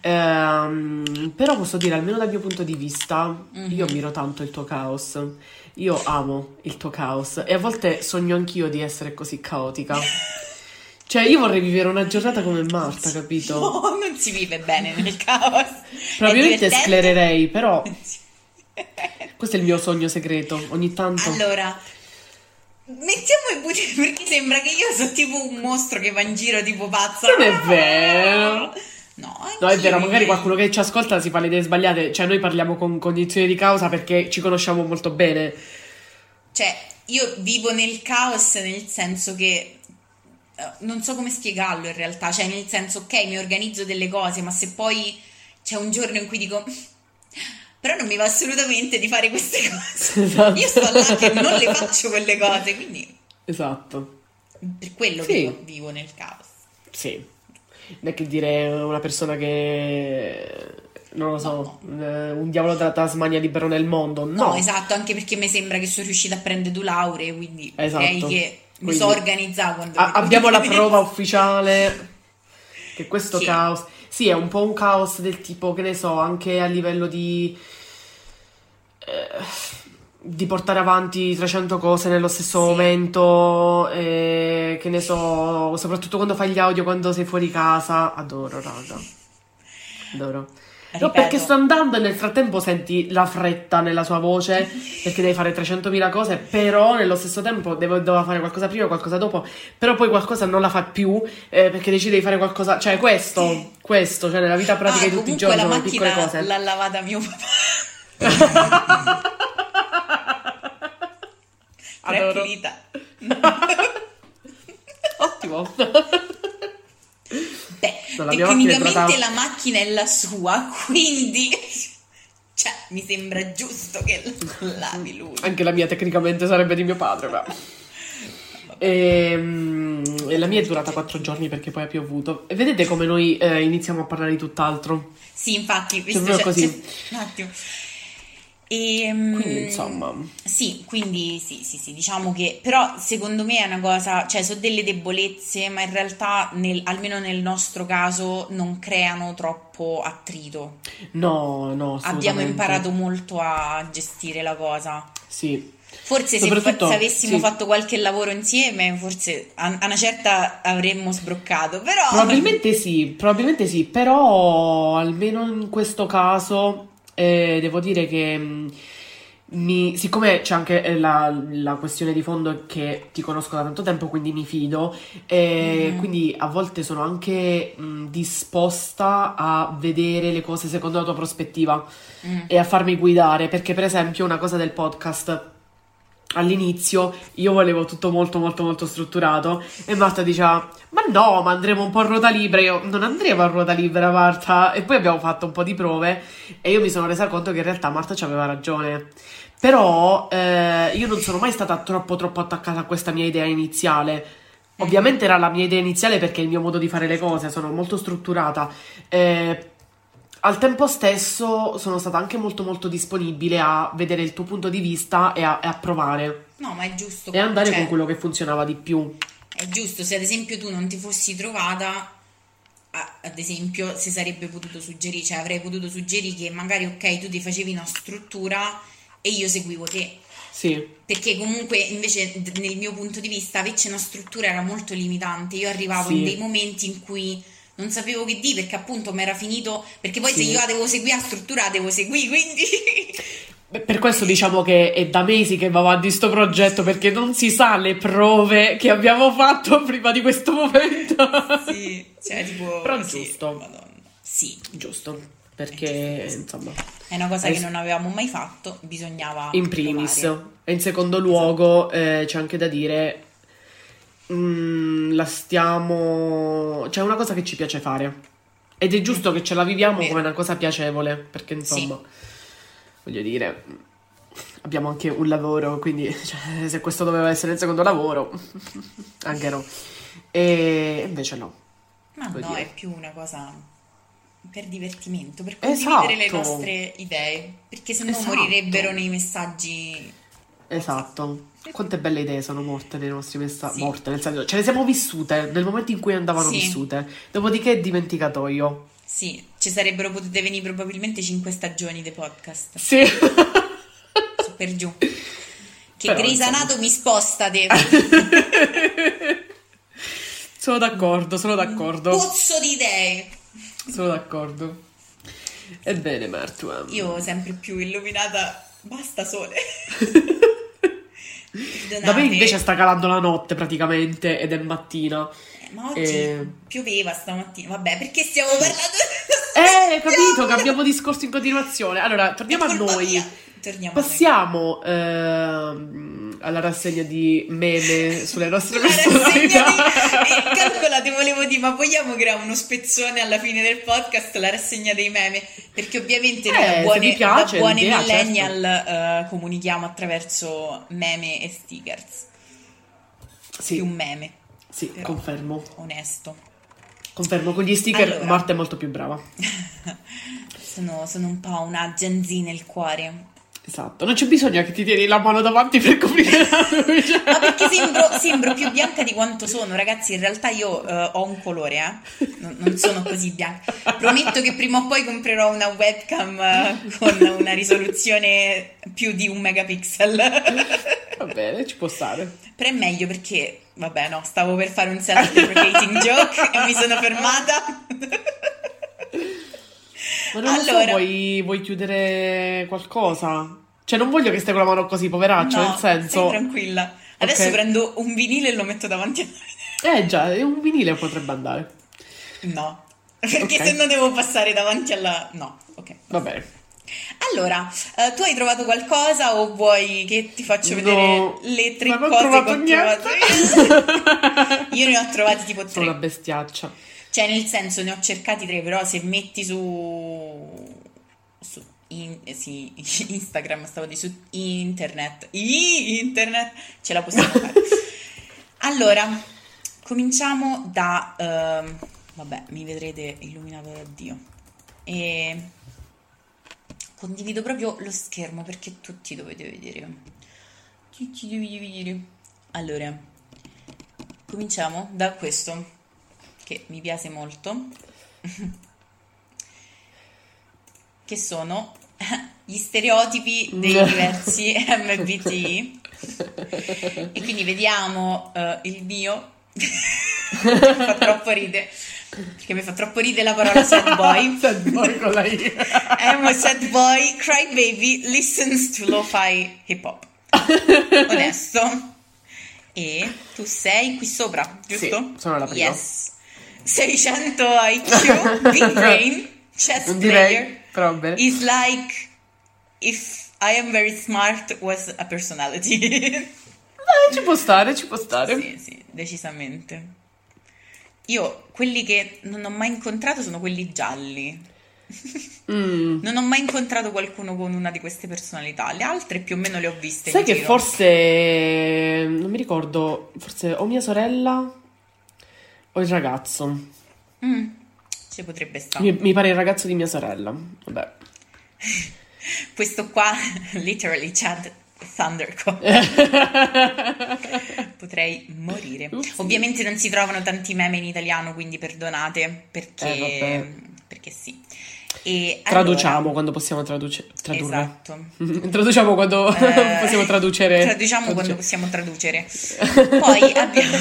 Però posso dire, almeno dal mio punto di vista, io ammiro tanto il tuo caos. Io amo il tuo caos e a volte sogno anch'io di essere così caotica. Cioè, io vorrei vivere una giornata come Marta, capito? No, non si vive bene nel caos. Probabilmente sclererei, però questo è il mio sogno segreto. Ogni tanto. Allora, mettiamo i butti, perché sembra che io sono tipo un mostro che va in giro tipo pazzo. Non è vero. No, è vero, magari qualcuno che ci ascolta si fa le idee sbagliate. Cioè, noi parliamo con cognizione di causa perché ci conosciamo molto bene. Cioè, io vivo nel caos nel senso che non so come spiegarlo in realtà. Cioè, nel senso, ok, mi organizzo delle cose, ma se poi c'è un giorno in cui dico però non mi va assolutamente di fare queste cose. Esatto. Io sto là che non le faccio quelle cose, quindi esatto. Per quello vivo nel caos. Sì. Non è che dire una persona che non lo so, un diavolo della Tasmania libero nel mondo. No, esatto, anche perché mi sembra che sono riuscita a prendere 2 lauree, quindi esatto. Che mi so organizzata quando abbiamo la prova ufficiale che questo sì. caos sì, è un po' un caos del tipo, che ne so, anche a livello di portare avanti 300 cose nello stesso momento, che ne so, soprattutto quando fai gli audio, quando sei fuori casa. Adoro, raga. Adoro. No, perché sto andando e nel frattempo senti la fretta nella sua voce, perché devi fare 300.000 cose, però nello stesso tempo doveva fare qualcosa prima, qualcosa dopo, però poi qualcosa non la fa più, perché decide di fare qualcosa, cioè questo, cioè nella vita pratica di tutti i giorni, sono piccole cose. L'ha lavata mio papà. Adoro. Ottimo. Tecnicamente la macchina è la sua, quindi cioè mi sembra giusto che la lavi lui. Anche la mia tecnicamente sarebbe di mio padre, ma e la mia è durata 4 giorni perché poi ha piovuto. E vedete come noi iniziamo a parlare di tutt'altro. Sì, infatti, visto così. Un attimo. Quindi insomma quindi sì, diciamo che però secondo me è una cosa, cioè sono delle debolezze, ma in realtà almeno nel nostro caso non creano troppo attrito. No, abbiamo imparato molto a gestire la cosa. Sì. Forse se avessimo fatto qualche lavoro insieme, forse a una certa avremmo sbroccato, però probabilmente sì, però almeno in questo caso devo dire che siccome c'è anche la questione di fondo che ti conosco da tanto tempo, quindi mi fido, quindi a volte sono anche disposta a vedere le cose secondo la tua prospettiva e a farmi guidare, perché per esempio una cosa del podcast, all'inizio io volevo tutto molto molto molto strutturato e Marta diceva ma andremo un po' a ruota libera. Io non andremo a ruota libera, Marta, e poi abbiamo fatto un po' di prove e io mi sono resa conto che in realtà Marta ci aveva ragione, però io non sono mai stata troppo attaccata a questa mia idea iniziale. Ovviamente era la mia idea iniziale perché è il mio modo di fare le cose, sono molto strutturata, al tempo stesso sono stata anche molto molto disponibile a vedere il tuo punto di vista e a provare. No, ma è giusto. E andare cioè, con quello che funzionava di più. È giusto, se ad esempio tu non ti fossi trovata, ad esempio, se sarebbe potuto suggerire, cioè avrei potuto suggerire che magari, ok, tu ti facevi una struttura e io seguivo te. Sì. Perché comunque invece nel mio punto di vista invece una struttura era molto limitante. Io arrivavo Sì. in dei momenti in cui non sapevo che dire perché appunto mi era finito, perché poi Sì. se io la devo seguire la struttura la devo seguire, quindi Per questo diciamo che è da mesi che va avanti sto progetto, perché non si sa le prove che abbiamo fatto prima di questo momento. sì, cioè tipo Però sì, giusto. Madonna. Sì, Giusto, perché giusto. insomma, È una cosa che non avevamo mai fatto, bisognava in primis. provare. E in secondo luogo c'è anche da dire, la stiamo... C'è una cosa che ci piace fare. Ed è giusto che ce la viviamo Vero. come una cosa piacevole, perché insomma, voglio dire, abbiamo anche un lavoro, quindi cioè, se questo doveva essere il secondo lavoro, anche no. E invece no. Ma vuol no, dire. è più una cosa per divertimento, per condividere le Esatto. nostre idee, perché se no Esatto. morirebbero nei messaggi. Esatto. Quante belle idee sono morte nei nostri messaggi. Sì. Morte, nel senso, ce le siamo vissute nel momento in cui andavano Sì. vissute. Dopodiché è dimenticatoio. Sì, ci sarebbero potute venire probabilmente 5 stagioni dei podcast, Sì. su per giù. Che Però, Grey's insomma. Anatomy spostate, Sono d'accordo, sono d'accordo. pozzo di idee. Sono d'accordo. Ebbene, Martua. Io sempre più illuminata, basta sole. Da me invece sta calando la notte praticamente ed è mattina. Ma oggi pioveva stamattina, vabbè, perché stiamo parlando Capito, cambiamo discorso in continuazione. Allora, torniamo a noi. Torniamo a noi. Passiamo alla rassegna di meme sulle nostre La rassegna personalità. calcola, ti volevo dire, ma vogliamo creare uno spezzone alla fine del podcast, la rassegna dei meme? Perché ovviamente noi se vi piace da buone l'idea, millennial comunichiamo attraverso meme e stickers. Sì, Più meme, sì, però, confermo. onesto. Confermo, con gli sticker Allora. Marta è molto più brava. Sono un po' una Gen Z nel cuore. Esatto, non c'è bisogno che ti tieni la mano davanti per coprire la luce. Ma perché sembro più bianca di quanto sono, ragazzi. In realtà io ho un colore, non sono così bianca. Prometto che prima o poi comprerò una webcam con una risoluzione più di 1 megapixel. Va bene, ci può stare. Però è meglio perché, vabbè, no, stavo per fare un self-deprecating joke e mi sono fermata. Ma non lo so, Allora. vuoi chiudere qualcosa? Cioè, non voglio che stai con la mano così, poveraccio, No, nel senso... stai tranquilla. Adesso Ok. prendo un vinile e lo metto davanti a me. Già, un vinile potrebbe andare. No, perché Ok. se no devo passare davanti alla... No, ok. Va bene. Allora, tu hai trovato qualcosa o vuoi che ti faccio vedere No, le 3 non ho cose che trovato ho niente. trovato? Io ne ho trovati tipo 3. Sono una bestiaccia. Cioè, nel senso, ne ho cercati 3, però se metti sì, Instagram, stavo di su internet, ce la possiamo fare. Allora, cominciamo da... vabbè, mi vedrete illuminato da Dio. E condivido proprio lo schermo perché tutti dovete vedere. Tutti dovete vedere. Allora, cominciamo da questo, che mi piace molto, che sono gli stereotipi dei diversi MBTI. E quindi vediamo il mio. Mi fa troppo ridere, perché mi fa troppo ridere la parola sad boy. Sad boy con la I. I'm a sad boy, crybaby, listens to lo-fi hip hop. Onesto. E tu sei qui sopra, giusto? Sì, sono la prima. Yes. 600 IQ, big brain, chess Non player. direi, però va bene. Is like if I am very smart was a personality. Ci può stare, ci può stare. Sì, decisamente. Io, quelli che non ho mai incontrato sono quelli gialli. Non ho mai incontrato qualcuno con una di queste personalità. Le altre più o meno le ho viste Sai in che giro. forse, non mi ricordo, forse o mia sorella o il ragazzo. Ci potrebbe stare. Mi pare il ragazzo di mia sorella. Vabbè. Questo qua, literally Chad Thundercock. Potrei morire. Ovviamente non si trovano tanti meme in italiano, quindi perdonate, perché sì. E traduciamo allora, quando possiamo tradurre. Esatto. Traduciamo quando possiamo tradurre. Traduciamo quando possiamo tradurre. Poi abbiamo...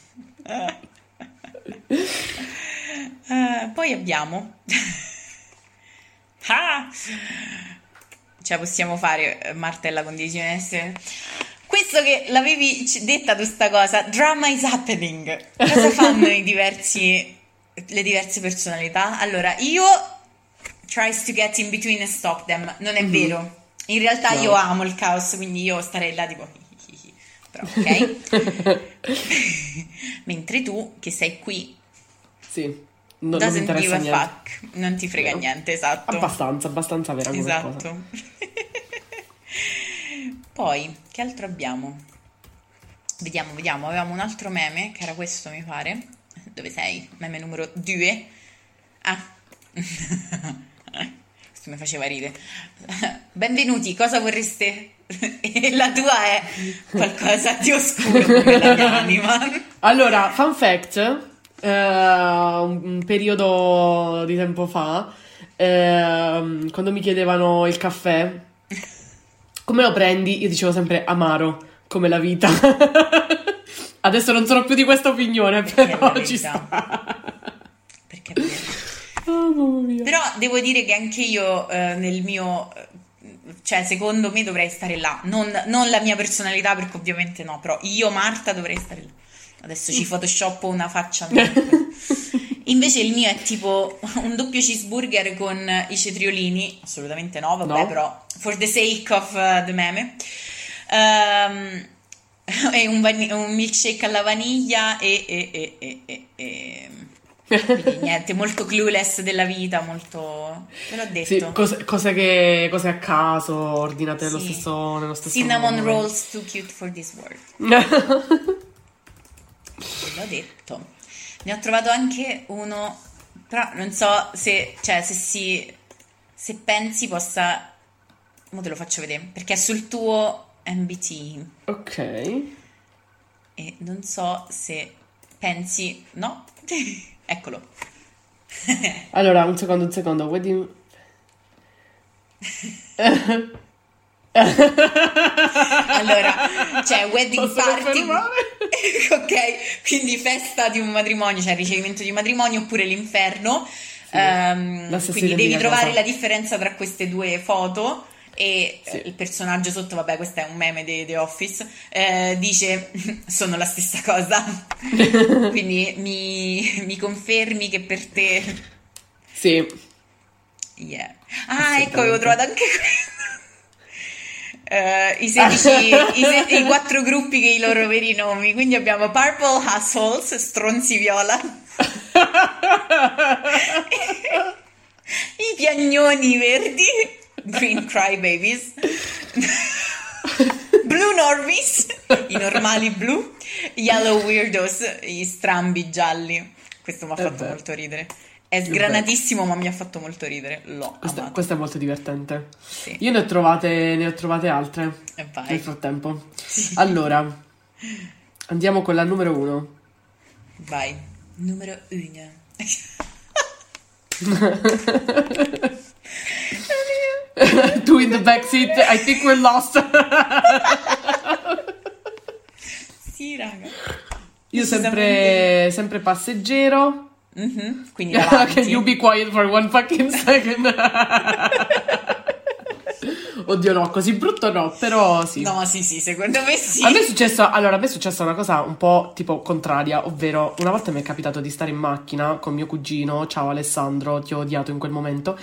poi abbiamo... Cioè possiamo fare Martella condizione essere... Questo che l'avevi detta tu sta cosa, drama is happening. Cosa fanno le diverse personalità? Allora, io tries to get in between and stop them. Non è vero. In realtà io amo il caos, quindi io starei là tipo... Però, ok? Mentre tu, che sei qui... Sì. Non mi doesn't interessa give a niente. fuck. Non ti frega niente, esatto. Abbastanza vera come cosa. Esatto. Poi, che altro abbiamo? Vediamo. Avevamo un altro meme, che era questo, mi pare. Dove sei? Meme numero 2. Ah. Questo mi faceva ridere. Benvenuti, cosa vorreste? E la tua è qualcosa di oscuro come la mia anima. Allora, fun fact, un periodo di tempo fa, quando mi chiedevano il caffè, come lo prendi? Io dicevo sempre amaro, come la vita. Adesso non sono più di questa opinione, però ci sta. Perché è vero. Oh, mamma mia. Però devo dire che anche io nel mio... Cioè, secondo me dovrei stare là. Non la mia personalità, perché ovviamente no, però io, Marta, dovrei stare là. Adesso ci photoshoppo una faccia mia. Invece il mio è tipo un doppio cheeseburger con i cetriolini. Assolutamente no, vabbè, però for the sake of the meme. E un milkshake alla vaniglia quindi niente, molto clueless della vita, molto... Ve l'ho detto. Sì, cose a caso, ordinate nello stesso Cinnamon modo. rolls too cute for this world. Ve l'ho detto. Ne ho trovato anche uno, però non so se pensi possa... Mo te lo faccio vedere, perché è sul tuo MBT. Ok. E non so se pensi... No? Eccolo. Allora, un secondo. Wedding... Allora, c'è wedding Posso party. confermare? Ok, quindi festa di un matrimonio, cioè ricevimento di matrimonio oppure l'inferno. Quindi devi trovare la differenza tra queste due foto. E il personaggio sotto, vabbè, questo è un meme di The Office, dice sono la stessa cosa. Quindi mi confermi che per te... Sì. Yeah. Ah, ecco, avevo trovato anche i 4 gruppi che i loro veri nomi. Quindi abbiamo Purple Assholes, stronzi viola, i piagnoni verdi, Green Crybabies, Blue Normies, i normali blu, Yellow Weirdos, i strambi gialli. Questo mi ha fatto molto ridere. È sgranatissimo, ma mi ha fatto molto ridere. Questo è molto divertente. Sì. Io ne ho trovate altre nel frattempo. Sì. Allora, andiamo con la numero 1. Vai, numero 1. Two in the backseat, I think we're lost. Sì, raga. Io sempre passeggero. Mm-hmm. Quindi davanti. Can you be quiet for one fucking second? Oddio, no, così brutto no, però sì. No, sì, secondo me sì. A me è successa una cosa un po' tipo contraria, ovvero una volta mi è capitato di stare in macchina con mio cugino. Ciao Alessandro, ti ho odiato in quel momento.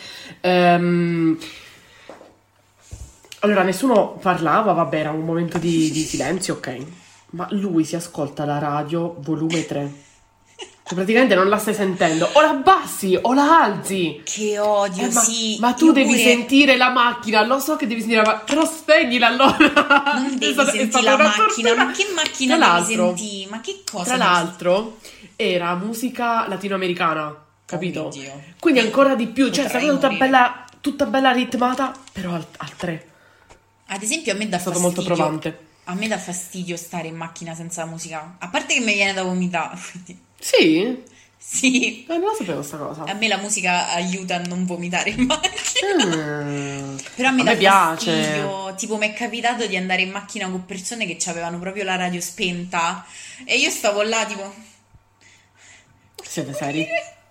Allora, nessuno parlava, vabbè, era un momento di silenzio, ok. Ma lui si ascolta la radio volume 3. Cioè, praticamente non la stai sentendo. O la abbassi o la alzi. Che odio, sì. Ma tu devi sentire la macchina. Lo so che devi sentire la macchina, però spegnila allora. Non devi sentire la macchina. Ma che macchina devi sentire? Ma che cosa? Tra l'altro, era musica latinoamericana. capito? Oh mio Dio. Quindi ancora di più, cioè sta Potrei cosa morire. tutta bella ritmata, però al 3. Ad esempio a me È dà stato molto fastidio. provante. A me dà fastidio stare in macchina senza musica. A parte che mi viene da vomitare. Quindi, Sì? sì. Non la sapevo sta cosa. A me la musica aiuta a non vomitare in macchina. Però a me A dà me piace. fastidio. Tipo, mi è capitato di andare in macchina con persone che avevano proprio la radio spenta. E io stavo là, tipo. Siete seri?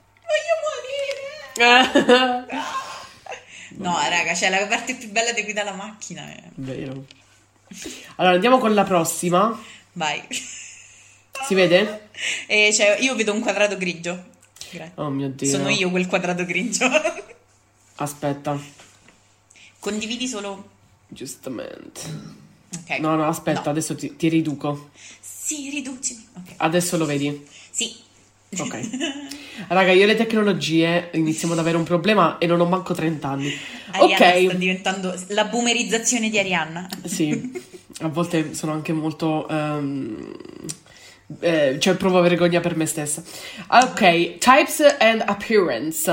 Voglio morire. No, raga, cioè la parte più bella di guidare la macchina è... Vero. Allora andiamo con la prossima. Vai. Si vede? E cioè, io vedo un quadrato grigio. Oh mio Dio. Sono io quel quadrato grigio. Aspetta. Condividi solo... Giustamente. Ok. No, aspetta, No. adesso ti riduco. Sì, riducimi. Ok. Adesso lo vedi? Sì. Ok. Raga, io e le tecnologie iniziamo ad avere un problema e non ho manco 30 anni. Arianna sta Ok. diventando la boomerizzazione di Arianna. Sì, a volte sono anche molto... cioè provo vergogna per me stessa. Ok, types and appearance.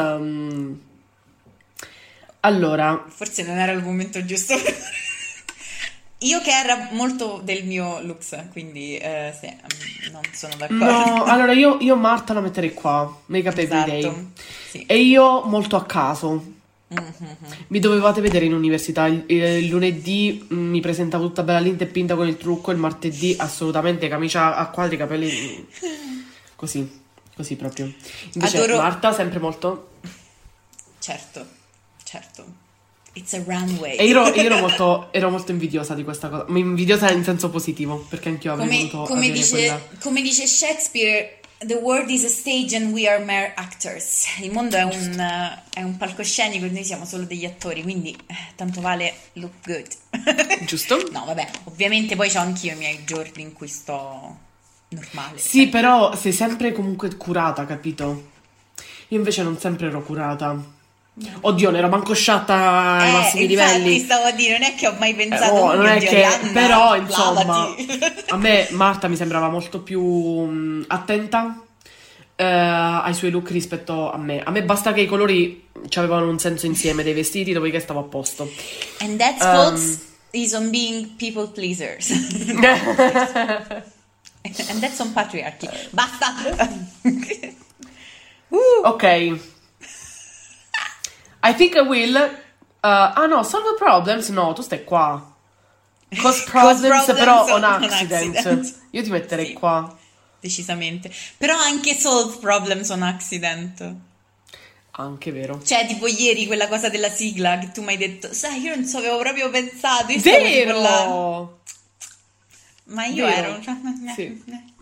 Allora, Forse non era il momento giusto. Io che era molto del mio looks, quindi sì, non sono d'accordo. no, allora io Marta la metterei qua, Makeup Everyday. Esatto. Sì. E io molto a caso. Mhm. Mi dovevate vedere in università. Il lunedì mi presentavo tutta bella linta e pinta con il trucco, il martedì assolutamente camicia a quadri, capelli così proprio. Invece Adoro- Marta sempre molto... Certo. It's a runway. E io ero molto invidiosa di questa cosa, ma invidiosa in senso positivo, perché anch'io avrei voluto Come avere quella... come dice Shakespeare, the world is a stage and we are mere actors. Il mondo è un palcoscenico e noi siamo solo degli attori, quindi tanto vale look good. Giusto? No, vabbè, ovviamente poi c'ho anch'io i miei giorni in cui sto normale. Sì, però sei sempre comunque curata, capito? Io invece non sempre ero curata. Oddio, ne ero manco sciatta ai massimi infatti livelli. stavo a dire, non è che ho mai pensato Oh, non è Dio, che... Arianna, Però, insomma, lavati. a me Marta mi sembrava molto più attenta ai suoi look rispetto a me. A me basta che i colori avevano un senso insieme dei vestiti, dopodiché stavo a posto. And that's folks is on being people pleasers. And that's on patriarchy. Basta. Ok. I think I will. No, solve problems. No, tu stai qua. Cause problems, però on accident. Io ti metterei Sì. qua. Decisamente. Però anche solve problems on accident. Anche vero. Cioè, tipo ieri quella cosa della sigla che tu mi hai detto, sai, io non ci avevo proprio pensato. Io stavo tipo là. Vero! Ma io Vero. ero. Sì.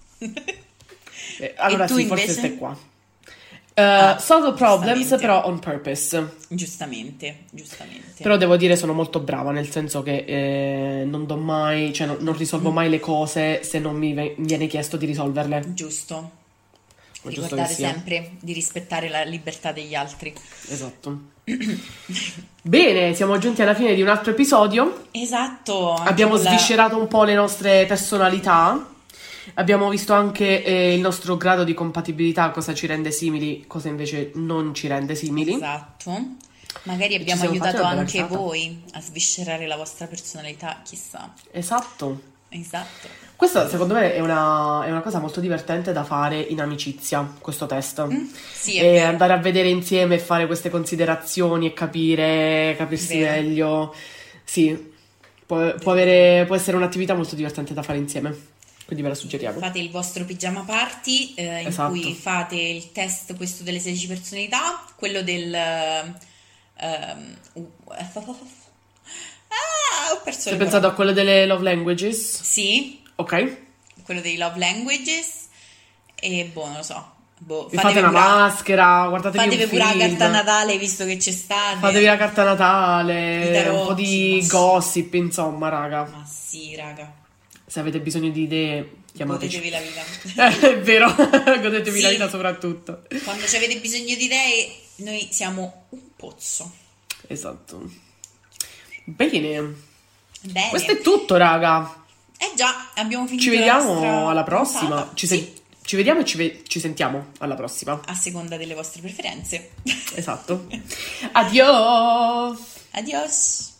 Allora E tu sì, forse invece? stai qua. Solve problems, giustamente. però on purpose. Giustamente. Però devo dire sono molto brava, nel senso che non do mai, cioè non risolvo mai le cose se non mi viene chiesto di risolverle. Giusto. È giusto che Ricordare sia. sempre di rispettare la libertà degli altri. Esatto. Bene, siamo giunti alla fine di un altro episodio. Esatto. anche Abbiamo con la- sviscerato un po' le nostre personalità. Abbiamo visto anche il nostro grado di compatibilità, cosa ci rende simili, cosa invece non ci rende simili. Esatto. Magari abbiamo siamo fatti aiutato una bella anche risata. voi a sviscerare la vostra personalità, chissà. Esatto. Esatto. Questa secondo me è una cosa molto divertente da fare in amicizia, questo test. Sì, è E vero. andare a vedere insieme e fare queste considerazioni e capirsi Vero. meglio. Sì, può essere un'attività molto divertente da fare insieme. Quindi ve la suggeriamo. Fate il vostro pigiama party in Esatto. cui fate il test, questo delle 16 personalità, quello del... ho perso Hai il pensato a quello delle love languages? Sì, Ok. quello dei love languages e boh, non lo so. Boh, Vi fate una maschera, guardatevi fatevi un pure la film. carta Natale visto che c'è state. Fatevi la carta I Natale, un po' tarocchi, di ma sì. gossip, insomma, raga. Ma sì, raga, Se avete bisogno di idee, chiamateci. godetevi la vita. È vero, godetevi la Sì. vita soprattutto. Quando ci avete bisogno di idee, noi siamo un pozzo. Esatto. Bene. Bene. Questo è tutto, raga. Già, abbiamo finito Ci la vediamo nostra alla prossima. puntata. Ci, Sì. ci vediamo e ci sentiamo alla prossima. A seconda delle vostre preferenze. Esatto. Adios! Adios!